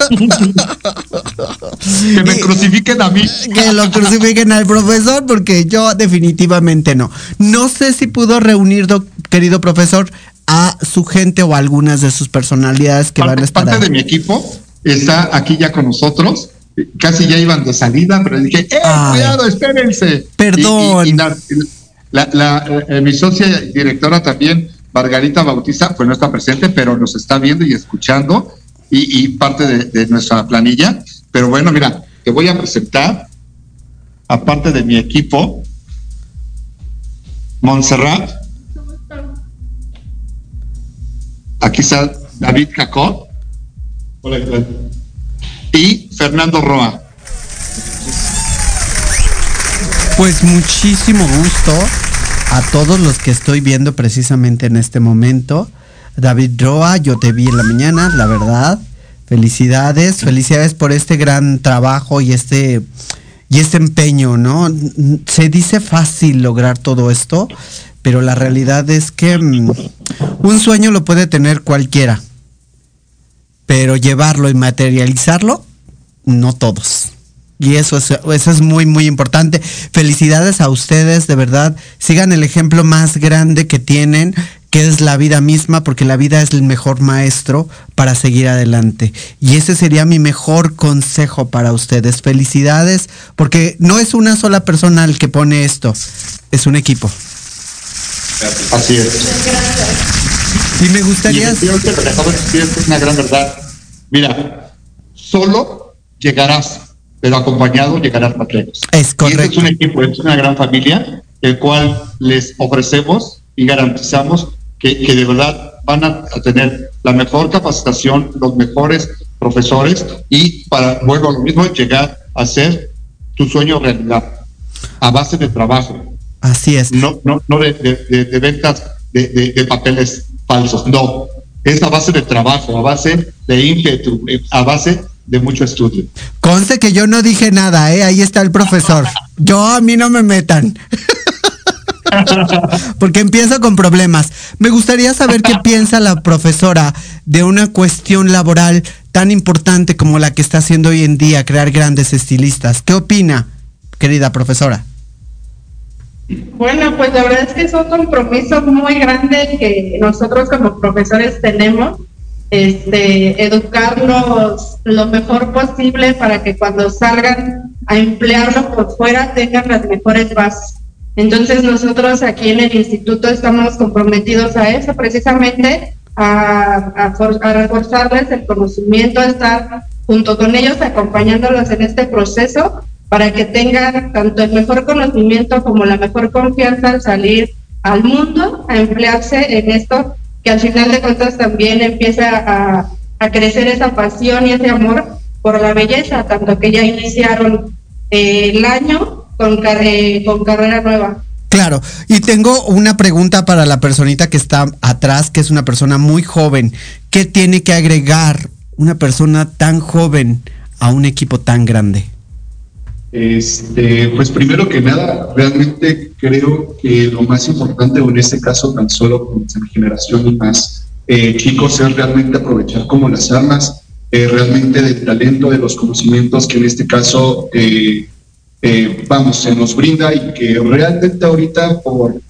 Que me crucifiquen a mí. Que lo crucifiquen al profesor, porque yo definitivamente no. No sé si pudo reunir, querido profesor, a su gente o a algunas de sus personalidades que van a estar. Parte de mi equipo está aquí ya con nosotros. Casi ya iban de salida, pero le dije, cuidado, espérense. Perdón. Mi socia directora también, Margarita Bautista, pues no está presente, pero nos está viendo y escuchando y parte de nuestra planilla. Pero bueno, mira, te voy a presentar, aparte de mi equipo, Montserrat. Aquí está David Jacot. Hola, y Fernando Roa. Pues muchísimo gusto a todos los que estoy viendo precisamente en este momento. David Roa, yo te vi en la mañana, la verdad. Felicidades por este gran trabajo y este empeño, ¿no? Se dice fácil lograr todo esto, pero la realidad es que un sueño lo puede tener cualquiera, pero llevarlo y materializarlo, no todos. Y eso es muy, muy importante. Felicidades a ustedes, de verdad. Sigan el ejemplo más grande que tienen, que es la vida misma, porque la vida es el mejor maestro para seguir adelante. Y ese sería mi mejor consejo para ustedes. Felicidades, porque no es una sola persona el que pone esto, es un equipo. Así es. Y me gustaría... Y es una gran verdad. Mira, solo llegarás, pero acompañado llegarás más lejos. Es correcto. Y este es un equipo, es una gran familia, el cual les ofrecemos y garantizamos que de verdad van a tener la mejor capacitación, los mejores profesores y vuelvo a lo mismo, llegar a hacer tu sueño realidad a base de trabajo. Así es. No de ventas de papeles falsos, no. Es a base de trabajo, a base de ímpetu, a base de mucho estudio. Conste que yo no dije nada, ahí está el profesor. A mí no me metan. Porque empiezo con problemas. Me gustaría saber qué piensa la profesora de una cuestión laboral tan importante como la que está haciendo hoy en día, crear grandes estilistas. ¿Qué opina, querida profesora? Bueno, pues la verdad es que es un compromiso muy grande que nosotros como profesores tenemos, educarlos lo mejor posible para que cuando salgan a emplearlo por fuera tengan las mejores bases. Entonces nosotros aquí en el instituto estamos comprometidos a eso, precisamente a reforzarles el conocimiento, a estar junto con ellos, acompañándolos en este proceso para que tengan tanto el mejor conocimiento como la mejor confianza al salir al mundo, a emplearse en esto, que al final de cuentas también empieza a crecer esa pasión y ese amor por la belleza, tanto que ya iniciaron el año con carrera nueva. Claro, y tengo una pregunta para la personita que está atrás, que es una persona muy joven. ¿Qué tiene que agregar una persona tan joven a un equipo tan grande? Pues primero que nada, realmente creo que lo más importante, o en este caso tan solo con nuestra generación y más chicos, es realmente aprovechar como las armas realmente del talento, de los conocimientos que en este caso se nos brinda, y que realmente ahorita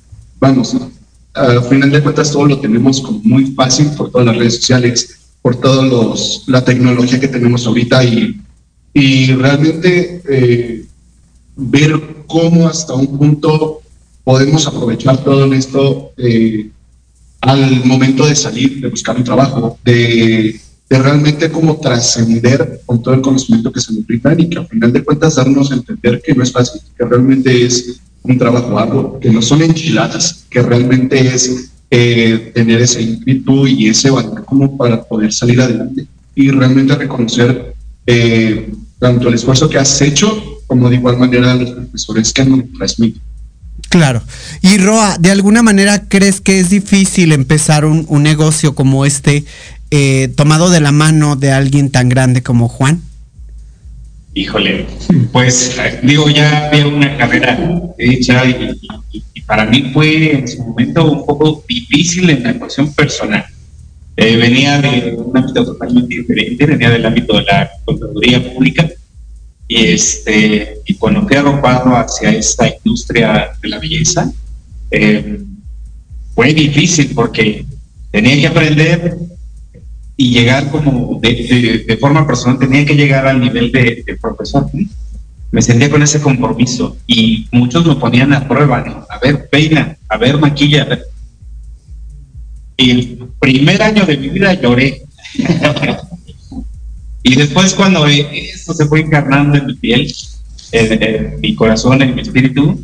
al final de cuentas todo lo tenemos como muy fácil por todas las redes sociales, por la tecnología que tenemos ahorita, y realmente ver cómo hasta un punto podemos aprovechar todo esto al momento de salir, de buscar un trabajo, de realmente cómo trascender con todo el conocimiento que se nos brinda, y que al final de cuentas darnos a entender que no es fácil, que realmente es un trabajo arduo, que no son enchiladas, que realmente es tener ese ímpetu y ese valor como para poder salir adelante, y realmente reconocer tanto el esfuerzo que has hecho como de igual manera los profesores que nos transmiten. Claro. Y Roa, ¿de alguna manera crees que es difícil empezar un negocio como tomado de la mano de alguien tan grande como Juan? Híjole, pues ya había una carrera hecha y para mí fue en su momento un poco difícil en la cuestión personal. Venía de un ámbito totalmente diferente, venía del ámbito de la contaduría pública, y cuando fui arropado hacia esta industria de la belleza, fue difícil porque tenía que aprender y llegar como de forma personal, tenía que llegar al nivel de profesor. Me sentía con ese compromiso y muchos me ponían a prueba, ¿no? A ver, peina, a ver, maquilla, a ver. Y el primer año de mi vida lloré. Y después cuando esto se fue encarnando en mi piel, en mi corazón, en mi espíritu,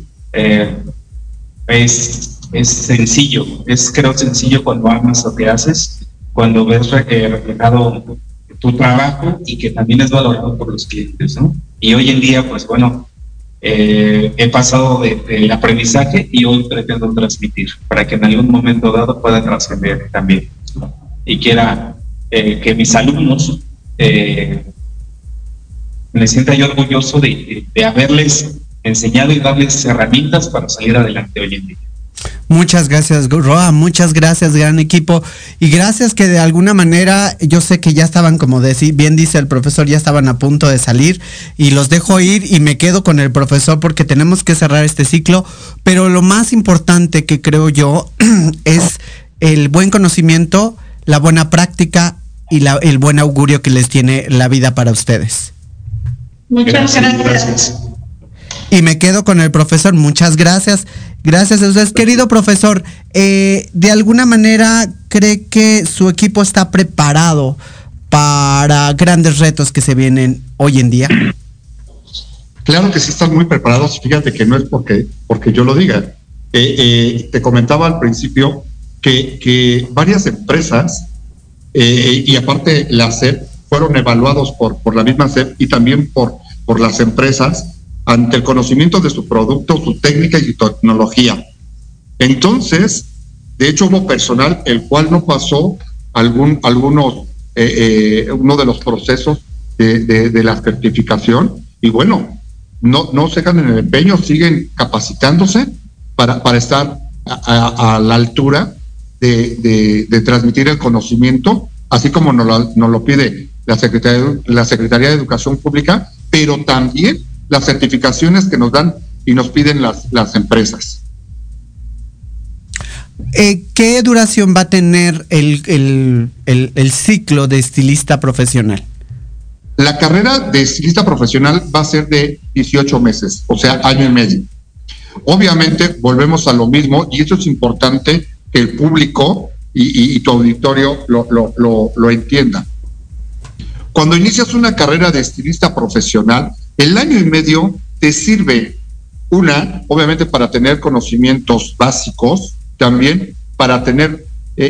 es sencillo, creo sencillo cuando amas lo que haces, cuando ves reflejado tu trabajo y que también es valorado por los clientes, ¿no? Y hoy en día, pues bueno, he pasado del aprendizaje y hoy pretendo transmitir para que en algún momento dado pueda trascender también, ¿no? Y quiera que mis alumnos me sienta yo orgulloso de haberles enseñado y darles herramientas para salir adelante hoy en día. Muchas gracias, Roa, muchas gracias, gran equipo, y gracias que de alguna manera, yo sé que ya estaban, como bien dice el profesor, ya estaban a punto de salir, y los dejo ir y me quedo con el profesor porque tenemos que cerrar este ciclo, pero lo más importante que creo yo es el buen conocimiento, la buena práctica y el buen augurio que les tiene la vida para ustedes. Muchas gracias. Y me quedo con el profesor, muchas gracias. Gracias a ustedes, querido profesor. ¿De alguna manera cree que su equipo está preparado para grandes retos que se vienen hoy en día? Claro que sí están muy preparados. Fíjate que no es porque yo lo diga. Te comentaba al principio que varias empresas y aparte la SEP fueron evaluados por la misma SEP y también por las empresas ante el conocimiento de su producto, su técnica y su tecnología. Entonces, de hecho hubo personal el cual no pasó uno de los procesos de la certificación y bueno, no se dejan en el empeño, siguen capacitándose para estar a la altura de transmitir el conocimiento, así como nos lo pide la Secretaría de Educación Pública, pero también las certificaciones que nos dan y nos piden las empresas. ¿Qué duración va a tener el ciclo de estilista profesional? La carrera de estilista profesional va a ser de 18 meses, o sea, año y medio. Obviamente volvemos a lo mismo y eso es importante que el público y tu auditorio lo entienda. Cuando inicias una carrera de estilista profesional, el año y medio te sirve obviamente para tener conocimientos básicos, también para tener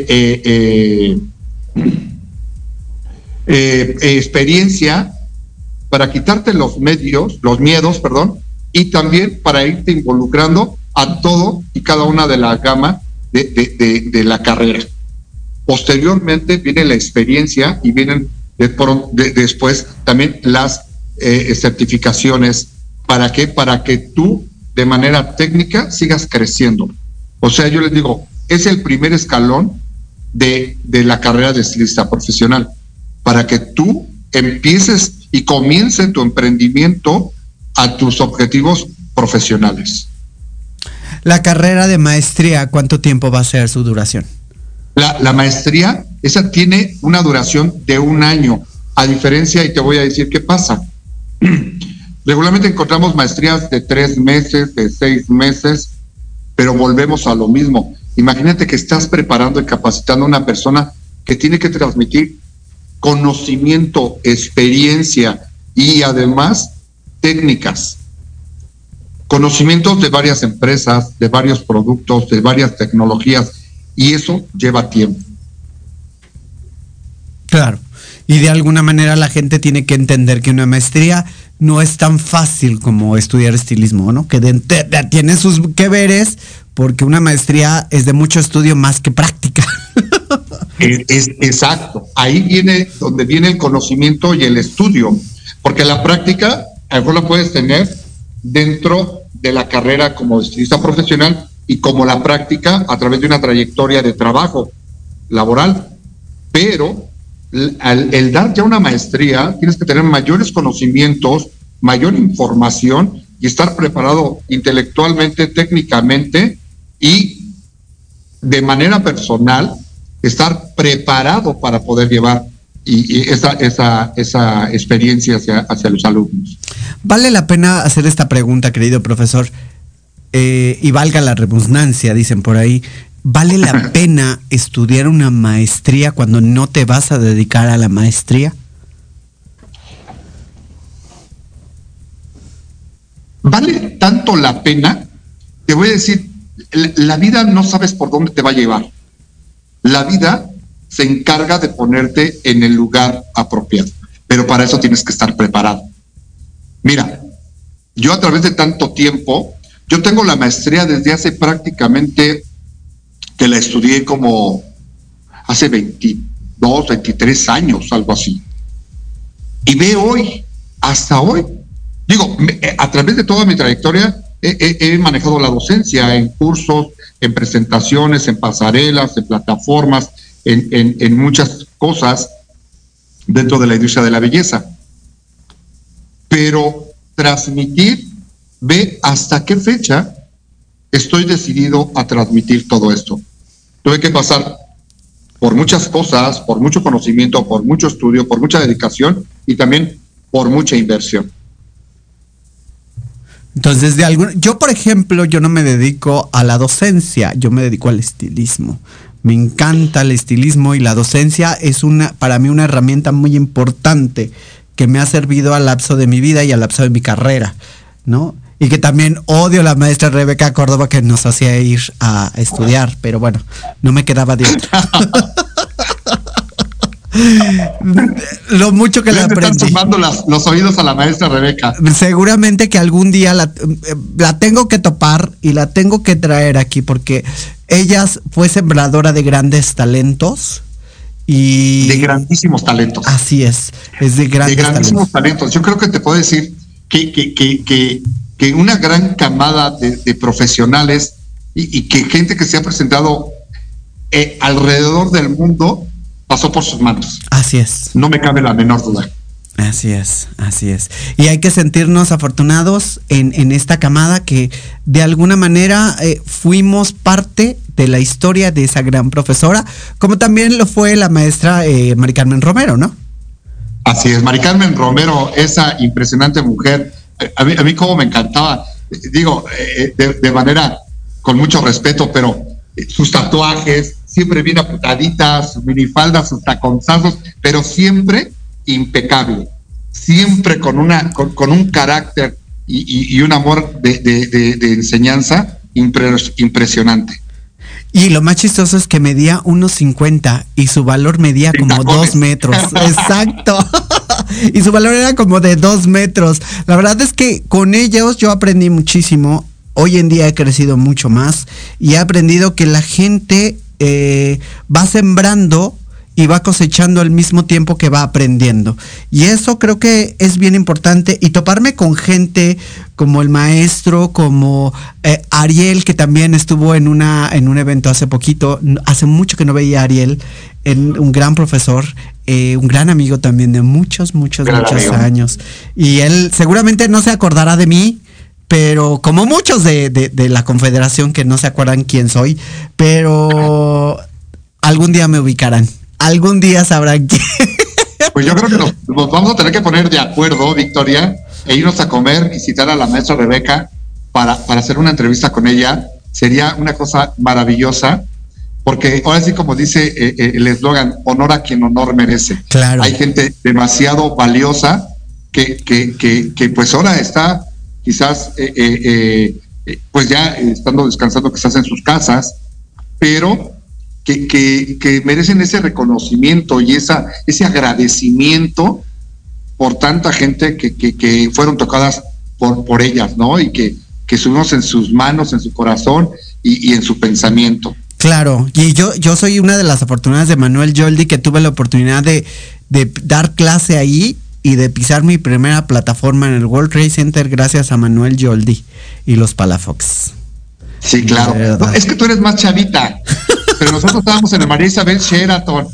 experiencia, para quitarte los miedos, y también para irte involucrando a todo y cada una de la gama de la carrera. Posteriormente viene la experiencia y vienen después también las certificaciones. ¿Para qué? Para que tú de manera técnica sigas creciendo. O sea, yo les digo, es el primer escalón de la carrera de estilista profesional, para que tú empieces y comiences tu emprendimiento a tus objetivos profesionales. La carrera de maestría, ¿cuánto tiempo va a ser su duración? La maestría, esa tiene una duración de 1 año, a diferencia, y te voy a decir qué pasa. Regularmente encontramos maestrías de 3 meses, de 6 meses, pero volvemos a lo mismo. Imagínate que estás preparando y capacitando a una persona que tiene que transmitir conocimiento, experiencia y además técnicas, conocimientos de varias empresas, de varios productos, de varias tecnologías, y eso lleva tiempo. Claro, y de alguna manera la gente tiene que entender que una maestría no es tan fácil como estudiar estilismo, ¿no? Que tiene sus que veres, porque una maestría es de mucho estudio más que práctica. Exacto, ahí viene donde viene el conocimiento y el estudio, porque la práctica a lo mejor la puedes tener dentro de la carrera como estilista profesional y como la práctica a través de una trayectoria de trabajo laboral, pero el dar ya una maestría tienes que tener mayores conocimientos, mayor información y estar preparado intelectualmente, técnicamente y de manera personal, estar preparado para poder llevar esa experiencia hacia los alumnos. Vale la pena hacer esta pregunta, querido profesor, y valga la redundancia, dicen por ahí, ¿vale la pena estudiar una maestría cuando no te vas a dedicar a la maestría? Vale tanto la pena, te voy a decir, la vida no sabes por dónde te va a llevar. La vida se encarga de ponerte en el lugar apropiado, pero para eso tienes que estar preparado. Mira, yo a través de tanto tiempo, yo tengo la maestría desde hace prácticamente, que la estudié como hace 22, 23 años, algo así. Y ve hoy, hasta hoy, digo, a través de toda mi trayectoria, he manejado la docencia en cursos, en presentaciones, en pasarelas, en plataformas, en muchas cosas dentro de la industria de la belleza. Pero transmitir, ve hasta qué fecha estoy decidido a transmitir todo esto. Tuve que pasar por muchas cosas, por mucho conocimiento, por mucho estudio, por mucha dedicación y también por mucha inversión. Entonces, yo por ejemplo, yo no me dedico a la docencia, yo me dedico al estilismo. Me encanta el estilismo y la docencia es para mí una herramienta muy importante que me ha servido al lapso de mi vida y al lapso de mi carrera, ¿no? Y que también odio a la maestra Rebeca Córdoba que nos hacía ir a estudiar, pero bueno, no me quedaba de otra. Lo mucho que le aprendí. Están sumando los oídos a la maestra Rebeca. Seguramente que algún día la tengo que topar y la tengo que traer aquí porque ella fue sembradora de grandes talentos. Y de grandísimos talentos. Así es de grandísimos talentos. Yo creo que te puedo decir que una gran camada de profesionales y que gente que se ha presentado alrededor del mundo pasó por sus manos. Así es. No me cabe la menor duda. Así es. Y hay que sentirnos afortunados en esta camada que de alguna manera fuimos parte de la historia de esa gran profesora, como también lo fue la maestra Mari Carmen Romero, ¿no? Así es, Mari Carmen Romero, esa impresionante mujer, a mí como me encantaba, digo, de manera con mucho respeto, pero sus tatuajes, siempre bien apretaditas, sus minifaldas, sus taconzazos, pero siempre impecable, siempre con un carácter y un amor de enseñanza impresionante. Y lo más chistoso es que medía 1.50 y su valor medía como 2 metros. Exacto. Y su valor era como de 2 metros. La verdad es que con ellos yo aprendí muchísimo. Hoy en día he crecido mucho más y he aprendido que la gente va sembrando y va cosechando al mismo tiempo que va aprendiendo. Y eso creo que es bien importante. Y toparme con gente como el maestro, como Ariel, que también estuvo en un evento hace poquito. Hace mucho que no veía a Ariel, un gran profesor, un gran amigo también de muchos años. Y él seguramente no se acordará de mí, pero como muchos de la Confederación que no se acuerdan quién soy, pero algún día me ubicarán. Algún día sabrán quién. Pues yo creo que nos vamos a tener que poner de acuerdo, Victoria, e irnos a comer y citar a la maestra Rebeca para hacer una entrevista con ella. Sería una cosa maravillosa, porque ahora sí, como dice el eslogan, honor a quien honor merece. Claro. Hay gente demasiado valiosa que pues ahora está quizás pues ya estando descansando quizás en sus casas, pero que merecen ese reconocimiento y ese agradecimiento por tanta gente que fueron tocadas por ellas, ¿no? Y que subimos en sus manos, en su corazón y en su pensamiento. Claro, y yo soy una de las afortunadas de Manuel Yoldi, que tuve la oportunidad de dar clase ahí y de pisar mi primera plataforma en el World Trade Center gracias a Manuel Yoldi y los Palafox. Sí, claro. No, es que tú eres más chavita, pero nosotros estábamos en el María Isabel Sheraton,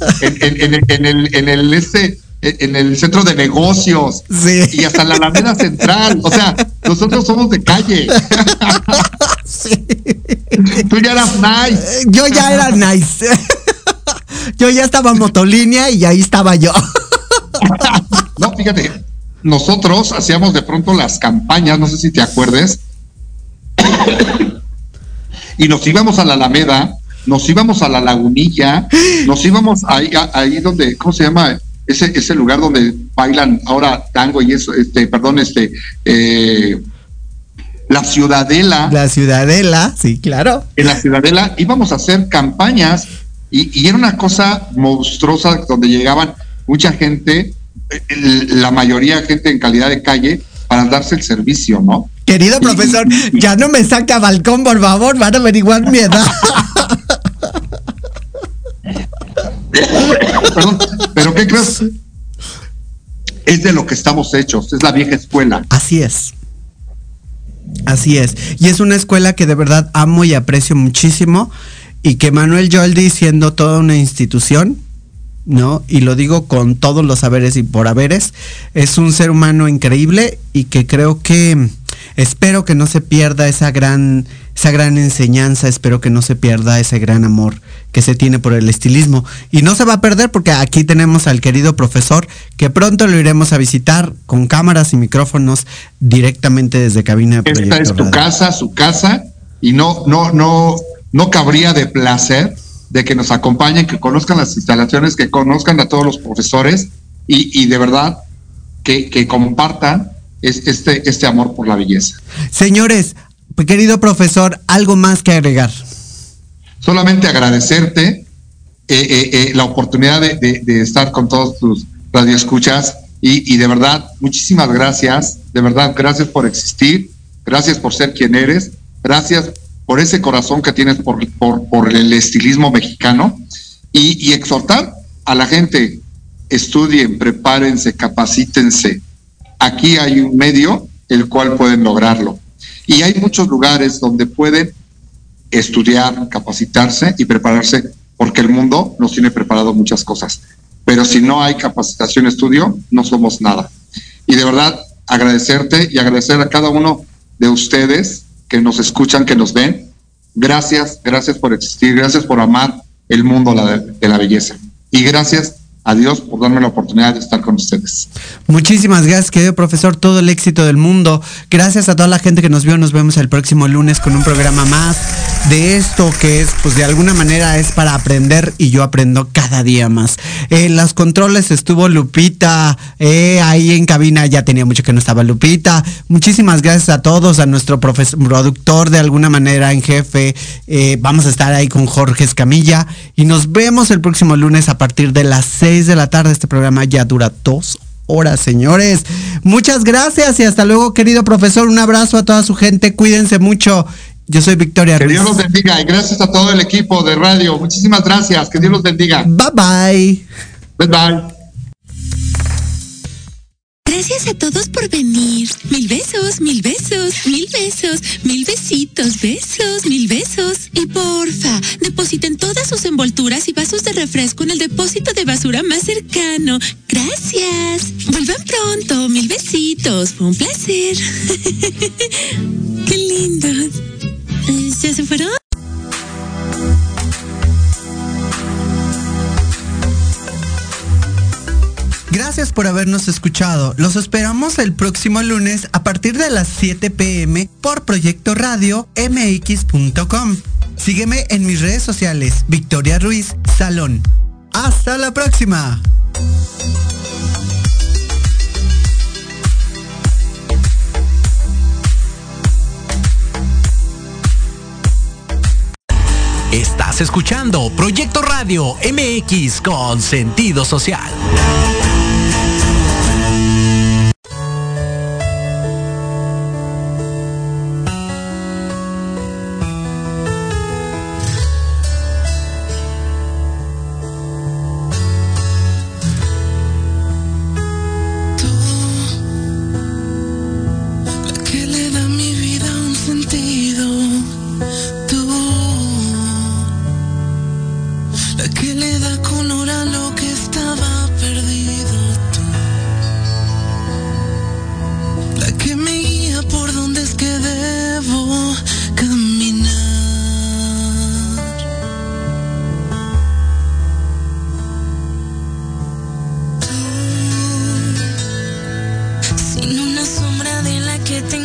en el centro de negocios, sí, y hasta la Alameda Central. O sea, nosotros somos de calle. Sí. Tú ya eras nice. Yo ya era nice. Yo ya estaba en Motolínea y ahí estaba yo. No, fíjate, nosotros hacíamos de pronto las campañas, no sé si te acuerdes, y nos íbamos a la Alameda, nos íbamos a la Lagunilla, nos íbamos ahí donde, ¿cómo se llama? Ese lugar donde bailan ahora tango y eso, la Ciudadela. La Ciudadela, sí, claro. En la Ciudadela íbamos a hacer campañas y era una cosa monstruosa donde llegaban mucha gente, la mayoría gente en calidad de calle, para darse el servicio, ¿no? Querido profesor, ya no me saca a balcón, por favor, van a averiguar mi edad. Perdón, pero ¿qué crees? Es de lo que estamos hechos, es la vieja escuela. Así es. Así es. Y es una escuela que de verdad amo y aprecio muchísimo, y que Manuel Yoldi, siendo toda una institución, ¿no? Y lo digo con todos los saberes y por haberes, es un ser humano increíble, y que creo que espero que no se pierda esa gran enseñanza, espero que no se pierda ese gran amor que se tiene por el estilismo, y no se va a perder porque aquí tenemos al querido profesor, que pronto lo iremos a visitar con cámaras y micrófonos directamente desde cabina de Proyecto Radio. Esta es tu casa, su casa, y no cabría de placer de que nos acompañen, que conozcan las instalaciones, que conozcan a todos los profesores y de verdad que compartan este amor por la belleza. Señores, querido profesor, ¿algo más que agregar? Solamente agradecerte la oportunidad de estar con todos tus radioescuchas y de verdad, muchísimas gracias, de verdad, gracias por existir, gracias por ser quien eres, gracias por ese corazón que tienes por el estilismo mexicano y exhortar a la gente, estudien, prepárense, capacítense. Aquí hay un medio el cual pueden lograrlo. Y hay muchos lugares donde pueden estudiar, capacitarse y prepararse, porque el mundo nos tiene preparado muchas cosas. Pero si no hay capacitación, estudio, no somos nada. Y de verdad, agradecerte y agradecer a cada uno de ustedes que nos escuchan, que nos ven. Gracias, gracias por existir, gracias por amar el mundo de la belleza. Y gracias a Dios por darme la oportunidad de estar con ustedes. Muchísimas gracias, querido profesor, todo el éxito del mundo. Gracias a toda la gente que nos vio, nos vemos el próximo lunes con un programa más de esto que es, pues de alguna manera es para aprender y yo aprendo cada día más. Los controles estuvo Lupita, ahí en cabina ya tenía mucho que no estaba Lupita. Muchísimas gracias a todos, a nuestro productor de alguna manera en jefe. Vamos a estar ahí con Jorge Escamilla y nos vemos el próximo lunes a partir de las 6 de la tarde. Este programa ya dura 2 horas, señores. Muchas gracias y hasta luego, querido profesor. Un abrazo a toda su gente. Cuídense mucho. Yo soy Victoria Ruiz. Que Dios los bendiga y gracias a todo el equipo de radio. Muchísimas gracias. Que Dios los bendiga. Bye bye. Bye bye. Gracias a todos por venir. 1000 besos, 1000 besos, 1000 besos, 1000 besitos, besos, 1000 besos. Y porfa, depositen todas sus envolturas y vasos de refresco en el depósito de basura más cercano. Gracias. Vuelvan pronto. 1000 besitos. Fue un placer. Qué lindos. ¿Ya se fueron? Gracias por habernos escuchado. Los esperamos el próximo lunes a partir de las 7 p.m. por Proyecto Radio MX.com. Sígueme en mis redes sociales, Victoria Ruiz Salón. ¡Hasta la próxima! Estás escuchando Proyecto Radio MX con sentido social. Sin una sombra de la que tengo